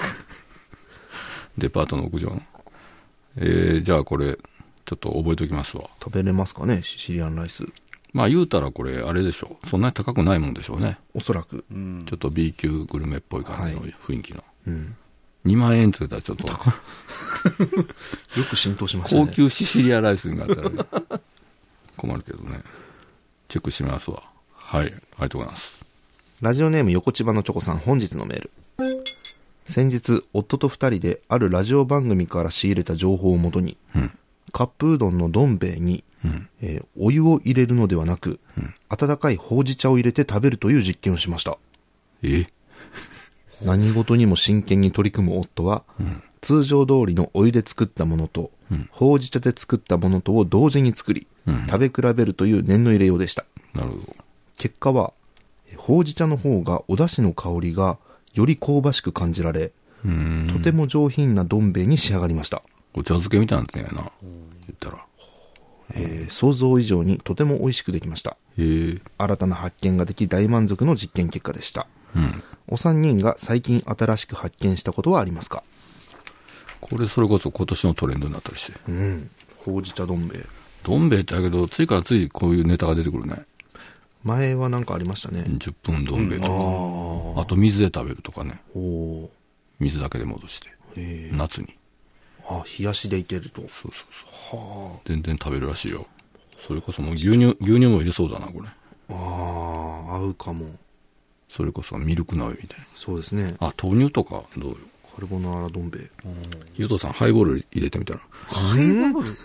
デパートの屋上の。えー、じゃあこれ、ちょっと覚えておきますわ。 食べれますかね、シシリアンライス。 まあ言うたらこれ、あれでしょう。そんなに高くないもんでしょうね。 おそらく。 うん、ちょっと B 級グルメっぽい感じの雰囲気の。はい、 うん、 にまんえんって言ったらちょっと。 よく浸透しましたね。 高級シシリアライスがあったら、ね、困るけどね。チェックしてみますわ。はい。ありがとうございます。 ラジオネーム横千葉のチョコさん、本日のメール。先日、夫と二人であるラジオ番組から仕入れた情報をもとに、うん、カップうどんのどん兵衛に、うんえー、お湯を入れるのではなく、うん、温かいほうじ茶を入れて食べるという実験をしました。 え何事にも真剣に取り組む夫は、うん、通常通りのお湯で作ったものと、うん、ほうじ茶で作ったものとを同時に作り、うん、食べ比べるという念の入れようでした。 なるほど。 結果は、ほうじ茶の方がお出汁の香りがより香ばしく感じられ、うーんとても上品などん兵衛に仕上がりました。 お茶漬けみたいなんだよな、言ったら、 えー、想像以上にとても美味しくできました。 へ新たな発見ができ大満足の実験結果でした。うん、お三人が最近新しく発見したことはありますか？ これそれこそ今年のトレンドになったりして。 うん。ほうじ茶どん兵衛。 どん兵衛ってだけど、ついからついこういうネタが出てくるね。 前はなんかありましたね。 じゅっぷんどん兵衛とか、うん、あ, あと水で食べるとかね。 お水だけで戻して夏に。 あ、冷やしでいけると。 そうそうそう。はあ。全然食べるらしいよ。それこそもう牛乳牛乳も入れそうだなこれ。 ああ、合うかも。 それこそミルク鍋みたいな。 そうですね。 あ、豆乳とかどうよ。 カルボナーラどん兵衛。 ゆとさんハイボール入れてみたら、 ハイボール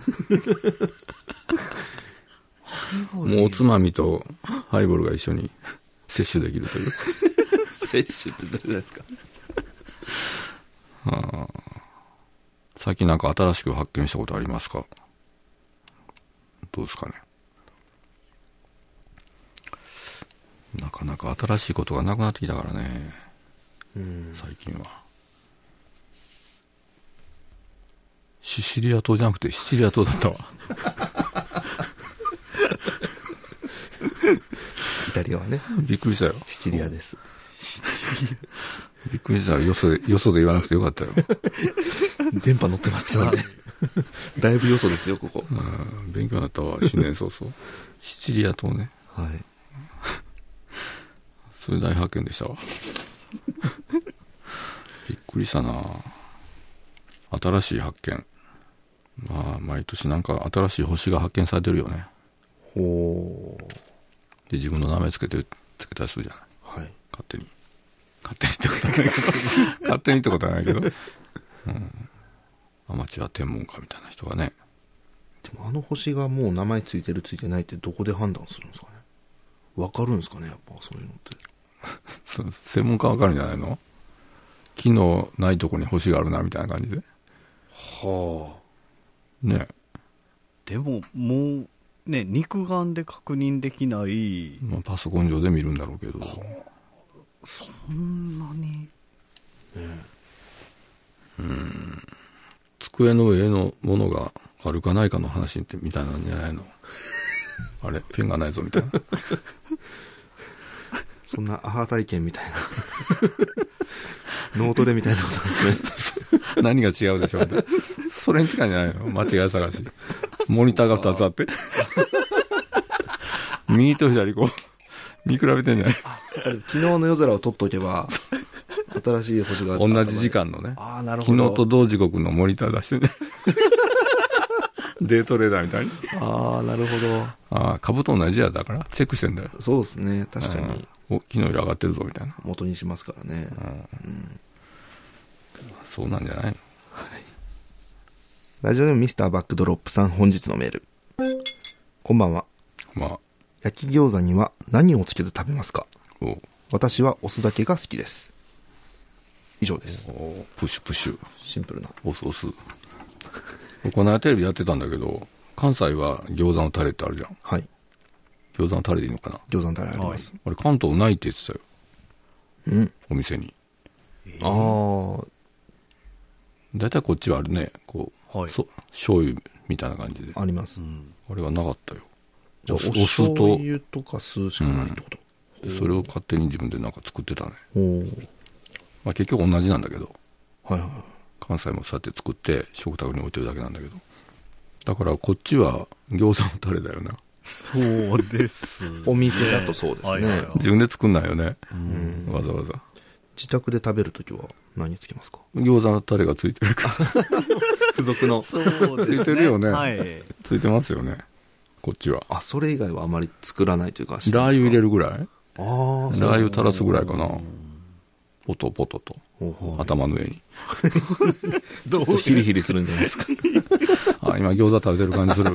ハイボールもうおつまみとハイボールが一緒に摂取できるという摂取ってどれじゃないですか。 はあ、最近なんか新しく発見したことありますか？どうですかね。なかなか新しいことがなくなってきたからね、 うん。 最近は。シシリア島じゃなくてシチリア島だったわ。 イタリアはね、 びっくりしたよ。 シチリアです。 びっくりしたよ。よそで、よそで言わなくてよかったよ。 電波乗ってますけどね。だいぶよそですよ、ここ。 うん、勉強になったわ、新年早々。シチリア島ね。 はい。 それ大発見でしたわ。びっくりしたな。新しい発見。まあ、毎年なんか新しい星が発見されてるよね。 ほう。 で、自分の名前つけて、つけたりするじゃない。 はい。 勝手に。勝手にってことはないけど。勝手にってことはないけど。うん。アマチュア天文家みたいな人がね。 でもあの星がもう名前ついてるついてないってどこで判断するんですかね。わかるんですかね、やっぱそういうのって。 専門家わかるんじゃないの？機能ないとこに星があるなみたいな感じで。 はあ。 ね。 でももうね、肉眼で確認できない、 まあ、パソコン上で見るんだろうけど。 そんなに、 ね、 うん。机の上のものがあるかないかの話ってみたいなんじゃないの？あれペンがないぞみたいな。 そんなアハ体験みたいな脳トレみたいなことなんですね。 何が違うでしょうね。それに近いんじゃないの？間違い探し。モニターがふたつあって右と左こう見比べてんじゃない？ 昨日の夜空を撮っとけば新しい星が同じ時間のね。 ああ、なるほど。 昨日と同時刻のモニター出してね。デートレーダーみたいに。 ああ、なるほど。 ああ、株と同じやだからチェックしてんだよ。 そうですね、確かに。 お、昨日より上がってるぞみたいな。 元にしますからね。 うんうん、 そうなんじゃないの？はい。 ラジオネームミスターバックドロップさん、本日のメール。こんばんは。 まあ、 焼き餃子には何をつけて食べますか？ お私はお酢だけが好きです。以上です。 おプッシュプッシュ。 シンプルな。 押す押す。この間テレビやってたんだけど、関西は餃子のタレってあるじゃん。 はい。 餃子のタレでいいのかな？ 餃子のタレあります。 あれ関東ないって言ってたよ。 うん。 お店に。 ああ。 だいたいこっちはあるね、こう、はい、そ醤油みたいな感じで。 あります。 うん、あれはなかったよ。 じゃあお酢と、お醤油とか酢しかないってこと、 うん、それを勝手に自分でなんか作ってたね。 おまあ結局同じなんだけど。 はいはい。 関西もそうやって作って食卓に置いてるだけなんだけど。だからこっちは餃子のタレだよな。 そうです、ね。 お店だとそうですね。はいはいはい、 自分で作んないよね。 うん、 わざわざ。 自宅で食べるときは何つけますか？ 餃子のタレがついてるから。 付属の。 そうですね。 ついてるよね。 はい。 ついてますよね。こっちは。 あ、それ以外はあまり作らないというか。 ラー油入れるぐらい？ああ。 ラー油垂らすぐらいかな。ポトポトと。頭の上に。 ちょっとヒリヒリするんじゃないですか。 あ、今餃子食べてる感じする。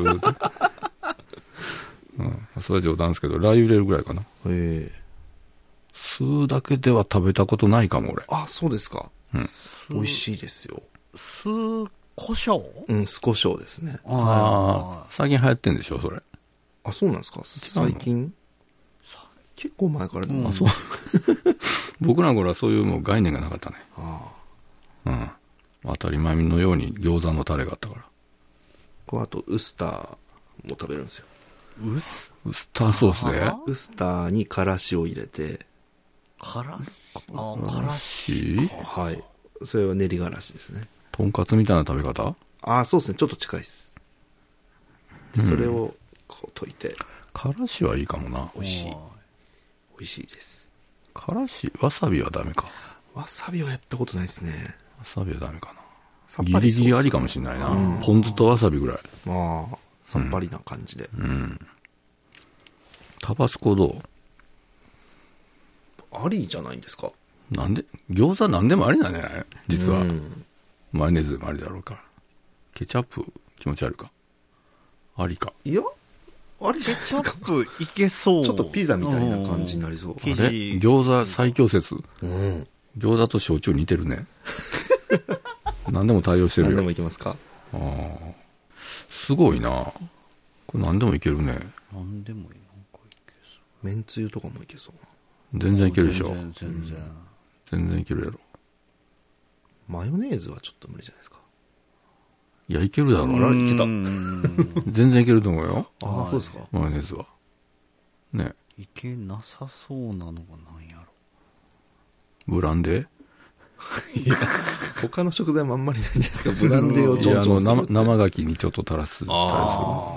うん。それは冗談ですけど、ラー油入れるぐらいかな。へえ。 酢だけでは食べたことないかも、俺。 あ、そうですか。 うん。 美味しいですよ。 酢、胡椒？ うん、酢胡椒ですね。 ああ、最近流行ってんでしょ、それ。 あ、そうなんですか。最近結構前からでも。 あ、そう。僕らの頃はそういうもう概念がなかったね。 ああ。うん。当たり前のように餃子のタレがあったから。 こうあとウスターも食べるんですよ。 ウスウスターソースで？ ウスターにからしを入れて。 からし？あ、 からし？ はい。それは練りがらしですね。 とんかつみたいな食べ方？ ああ、そうですね。ちょっと近いです。で、それをこう溶いて。 からしはいいかもな。 美味しい。美味しいです。 からし、わさびはダメか。 わさびはやったことないですね。 わさびはダメかな。ギリギリありかもしれないな。うん、ポン酢とわさびぐらい。 まあ、さっぱりな感じで。 うん。うん、タバスコどう？ ありじゃないんですか？ なんで餃子なんでもありなんじゃない実は、 うん、 マヨネーズでもありだろうから。ケチャップ気持ち悪いか、ありか。 いやあれじゃないですか。 ケチャップいけそう。 ちょっとピザみたいな感じになりそう。 あれ餃子最強説、 うん、 餃子と焼酎似てるね。何でも対応してるよ。 何でもいけますか。 ああ、すごいな。これ何でもいけるね。 何でもいいのかいけそう。めんつゆとかもいけそうな。 全然いけるでしょ。 全然全然、 うん、全然いけるやろ。 マヨネーズはちょっと無理じゃないですか。 いや、いけるだろう。 あら、いけた。 全然いけると思うよ。 ああ、そうですか。 マヨネーズは。ね。 いけなさそうなのが何やろ。 ブランデーいや、他の食材もあんまりないんですか。ブランデーをちょんちょんする。 いや、あの、生、生牡蠣にちょっと垂らす。 あ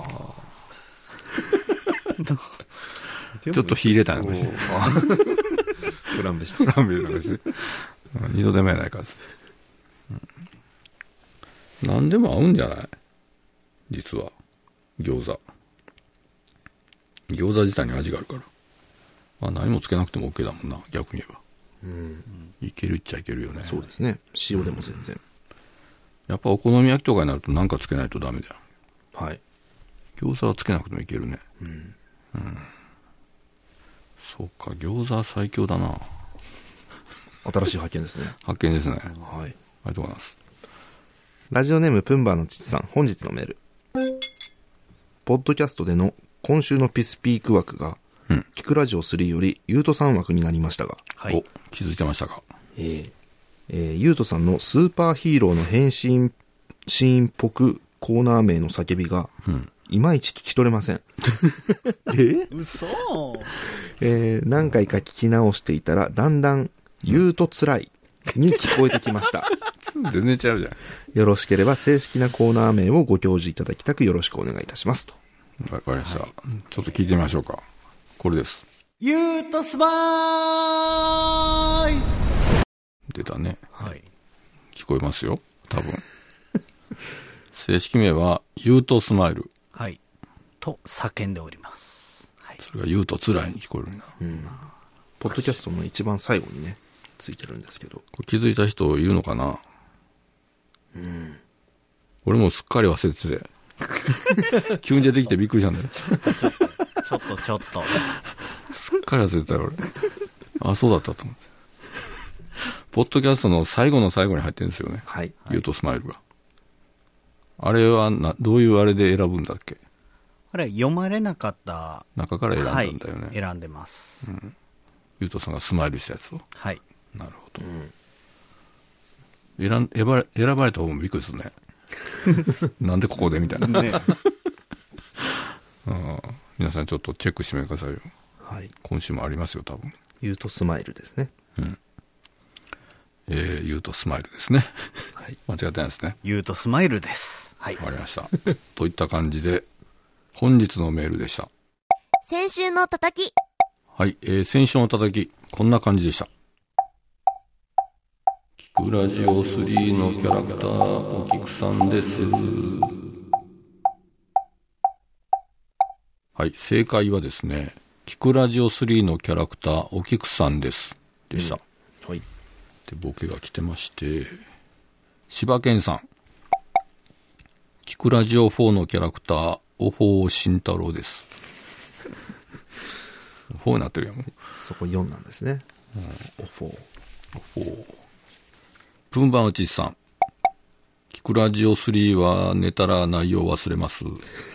ちょっと火入れたんですよ。 フランベして。 フランベなんですね。二度手間やないか。うん、何でも合うんじゃない実は。餃子。餃子自体に味があるから。まあ何もつけなくても OK だもんな、逆に言えば。うん。いけるっちゃいけるよね。 そうですね。塩でも全然。 やっぱお好み焼きとかになると何かつけないとダメだよ。 はい。 餃子はつけなくてもいけるね。 うん。 うん。そうか、餃子は最強だな。 新しい発見ですね。 発見ですね。はい。 ありがとうございます。 ラジオネームプンバーの父さん、本日のメール。ポッドキャストでの今週のピスピーク枠が、うん、キクラジオスリーよりゆうとさん枠になりましたが、 はい、お、気づいてましたか。 えーえー、ゆうとさんのスーパーヒーローの変身シーンっぽくコーナー名の叫びが、うん、いまいち聞き取れません。 え嘘えー、何回か聞き直していたらだんだん言うとつらいに聞こえてきました。 全然ちゃうじゃん。 よろしければ正式なコーナー名をご教示いただきたくよろしくお願いいたしますと。 わかりました、はい、ちょっと聞いてみましょうか。これです。 ゆうとスマイル出たね。 はい、 聞こえますよ多分。正式名はゆうとスマイル、 はいと叫んでおります、はい、 それがゆうとつらいに聞こえるな、 うん、ポッドキャストの一番最後にねついてるんですけど、 これ気づいた人いるのかな。 うん、 俺もすっかり忘れてて急に出てきてびっくりしたんだよ。 ちょっとちょっとちょっとすっかり忘れてたよ俺。あ、そうだったと思って。ポッドキャストの最後の最後に入ってるんですよね。 はい。 ゆうとスマイルが。あれはな、どういうあれで選ぶんだっけ。 あれ読まれなかった中から選んだんだよね。 はい、選んでます。 うん。ゆうとさんがスマイルしたやつを。 はい。 なるほど。うん、選ん選ばれ選ばれた方もびっくりするね。なんでここでみたいな。ね。うん、皆さんちょっとチェックしてみてくださいよ。 はい。 今週もありますよ多分。 ゆうとスマイルですね。 うん。えー、ゆうとスマイルですね。はい。間違ってないですね。 ゆうとスマイルです。はい。 わかりました。といった感じで本日のメールでした。 先週のたたき。 はい、えー、先週のたたきこんな感じでした。キクラジオスリーのキャラクターおきくさんです。はい、正解はですね、キクラジオスリーのキャラクターおきくさんですでした、 うん、はい。 でボケが来てまして、柴犬さん、キクラジオフォーのキャラクターおほう慎太郎です。フォーになってるやん。 そこよんなんですね、 うん、おフォーおフォー。プンバンウチさん、キクラジオスリーは寝たら内容忘れます。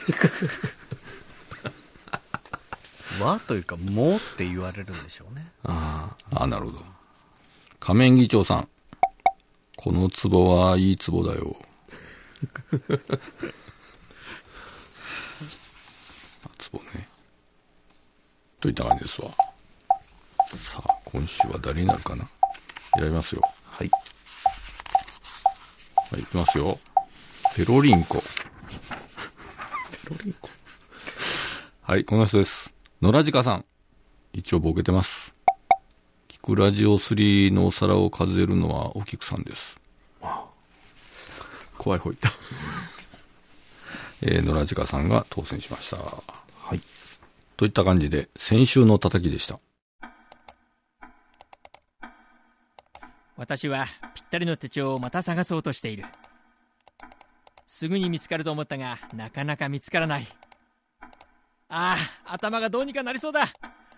わというかもうって言われるんでしょうね。 ああ、なるほど。仮面議長さん、この壺はいい壺だよ。壺ね。といった感じですわ。さあ今週は誰になるかな。選びますよ。 はい。 はい、いきますよ。ペロリンコ。ペロリンコ。はい、この人です。野良鹿さん。一応ボケてます。キクラジオスリーのお皿を数えるのはおきくさんです。怖いほいった。えー、野良鹿さんが当選しました。 はい。 といった感じで先週のたたきでした。 私はぴったりの手帳をまた探そうとしている。すぐに見つかると思ったが、なかなか見つからない。ああ、頭がどうにかなりそうだ。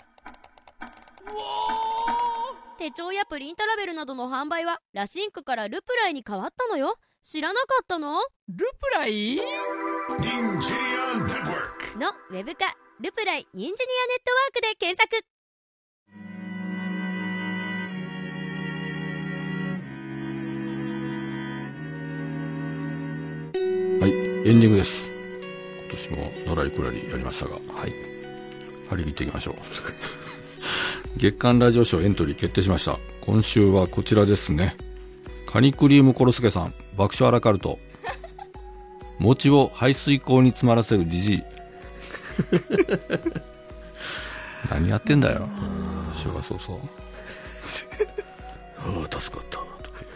手帳やプリントラベルなどの販売はラシンクからルプライに変わったのよ。知らなかったの？ ルプライ Ninja Network. のウェブ化ルプライニンジニアネットワークで検索。 はい、エンディングです。今年ものらりくらりやりましたが、はい、張り切っていきましょう。月刊ラジオショーエントリー決定しました。今週はこちらですね。カニクリームコロスケさん、爆笑アラカルト。餅を排水口に詰まらせるジジイ。何やってんだよ、正月早々。ああ、助かったとか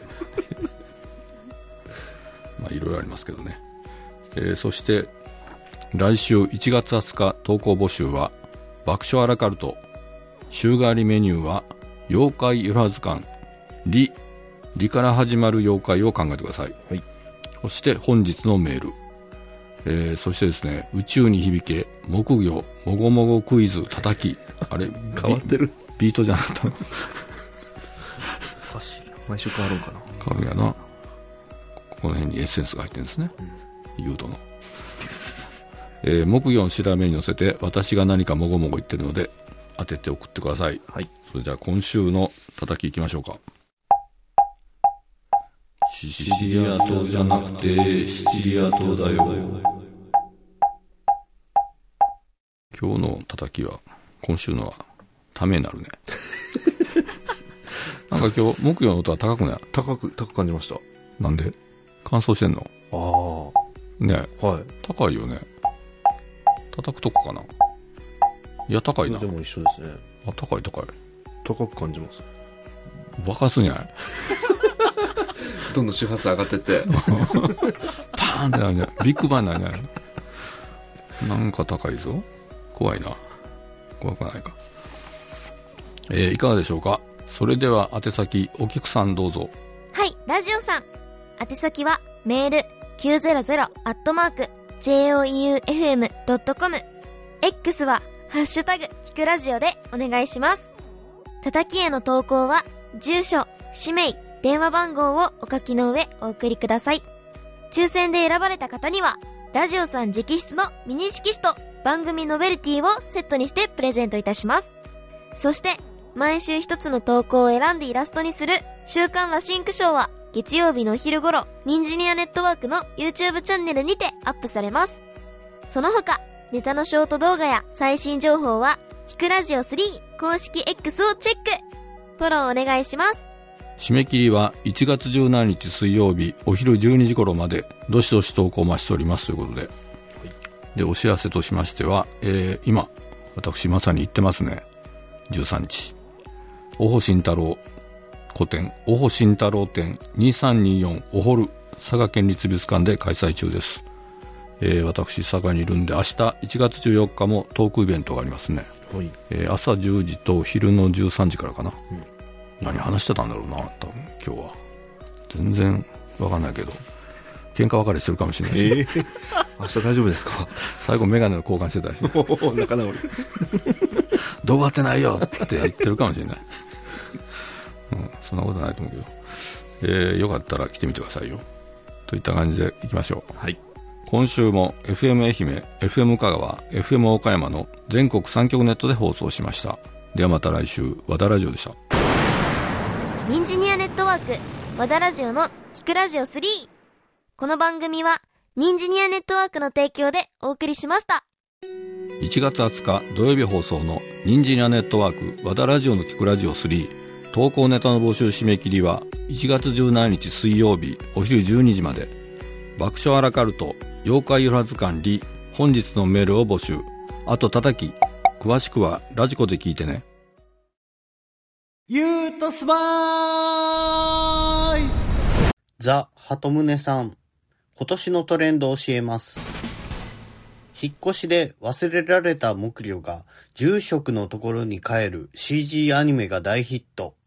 まあいろいろありますけどね。えー、そして来週いちがつはつか投稿募集は爆笑アラカルト。週替わりメニューは妖怪いろは図鑑リリから始まる妖怪を考えてください、はい、そして本日のメール、えー、そしてですね、宇宙に響け木魚もごもごクイズ叩き。あれ変わってる、 ビ, ビートじゃなかったの。 おかしい、毎週変わるんかな。 変わるんやな。この辺にエッセンスが入ってるんですね、うん、ユートの、えー、木魚の調べに乗せて私が何かもごもご言ってるので当てて送ってください、はい、それじゃあ今週の叩きいきましょうか。シシリア島じゃなくてシチリア島だよ。今日の叩きは今週のはためになるね。なんか今日木魚の音は高くない？ 高く高く感じました。 なんで？乾燥してんの？ ああね、 はい、 高いよね。叩くとこかな。いや高いな。 でも一緒ですね。 あ、高い高い。 高く感じます。 爆発すんじゃない？ どんどん周波数上がってってパーンってなるんじゃない？ビッグバンなんじゃない？なんか高いぞ。怖いな。怖くないか。えー、いかがでしょうか。それでは宛先お菊さんどうぞ。 はい、ラジオさん。宛先はメールきゅうぜろぜろアットマークジェイオーイーユーエフエムドットコム。 X はハッシュタグキクラジオでお願いします。叩きへの投稿は住所、氏名、電話番号をお書きの上お送りください。抽選で選ばれた方にはラジオさん直筆のミニ色紙と番組ノベルティをセットにしてプレゼントいたします。そして毎週一つの投稿を選んでイラストにする週刊ラシンクショーは月曜日のお昼頃ニンジニアネットワークの YouTube チャンネルにてアップされます。その他ネタのショート動画や最新情報はキクラジオスリー公式 X をチェック。フォローお願いします。 締め切りはいちがつじゅうしちにち水曜日お昼じゅうにじ頃までどしどし投稿を待ちしておりますということで、はい、でお知らせとしましては、えー、今私まさに行ってますね。じゅうさんにちおほ慎太郎個展おほ慎太郎展にさんによんおほる佐賀県立美術館で開催中です。えー、私佐賀にいるんで明日いちがつじゅうよっかもトークイベントがありますね、はい。えー、朝じゅうじと昼のじゅうさんじからかな、うん、何話してたんだろうな多分今日は全然わかんないけど喧嘩別れしてるかもしれないし、えー、 明日大丈夫ですか？ 最後メガネの交換してたし仲直り動画ってないよって言ってるかもしれない、うん、そんなことないと思うけど、えー、よかったら来てみてくださいよといった感じでいきましょう。はい。今週も エフエム 愛媛 エフエム 香川 エフエム 岡山の全国さん局ネットで放送しました。ではまた来週和田ラジオでした。 ニンジニアネットワーク和田ラジオのキクラジオスリー。この番組はニンジニアネットワークの提供でお送りしました。 いちがつはつか土曜日放送のニンジニアネットワーク和田ラジオのキクラジオスリー。投稿ネタの募集締め切りはいちがつじゅうしちにち水曜日お昼じゅうにじまで。爆笑アラカルト妖怪いろは図鑑リ本日のメールを募集。あと叩き詳しくはラジコで聞いてね。 ゆうとすばーい。 ザ・ハトムネさん、今年のトレンド教えます。引っ越しで忘れられた木魚が住職のところに帰る シージー アニメが大ヒット。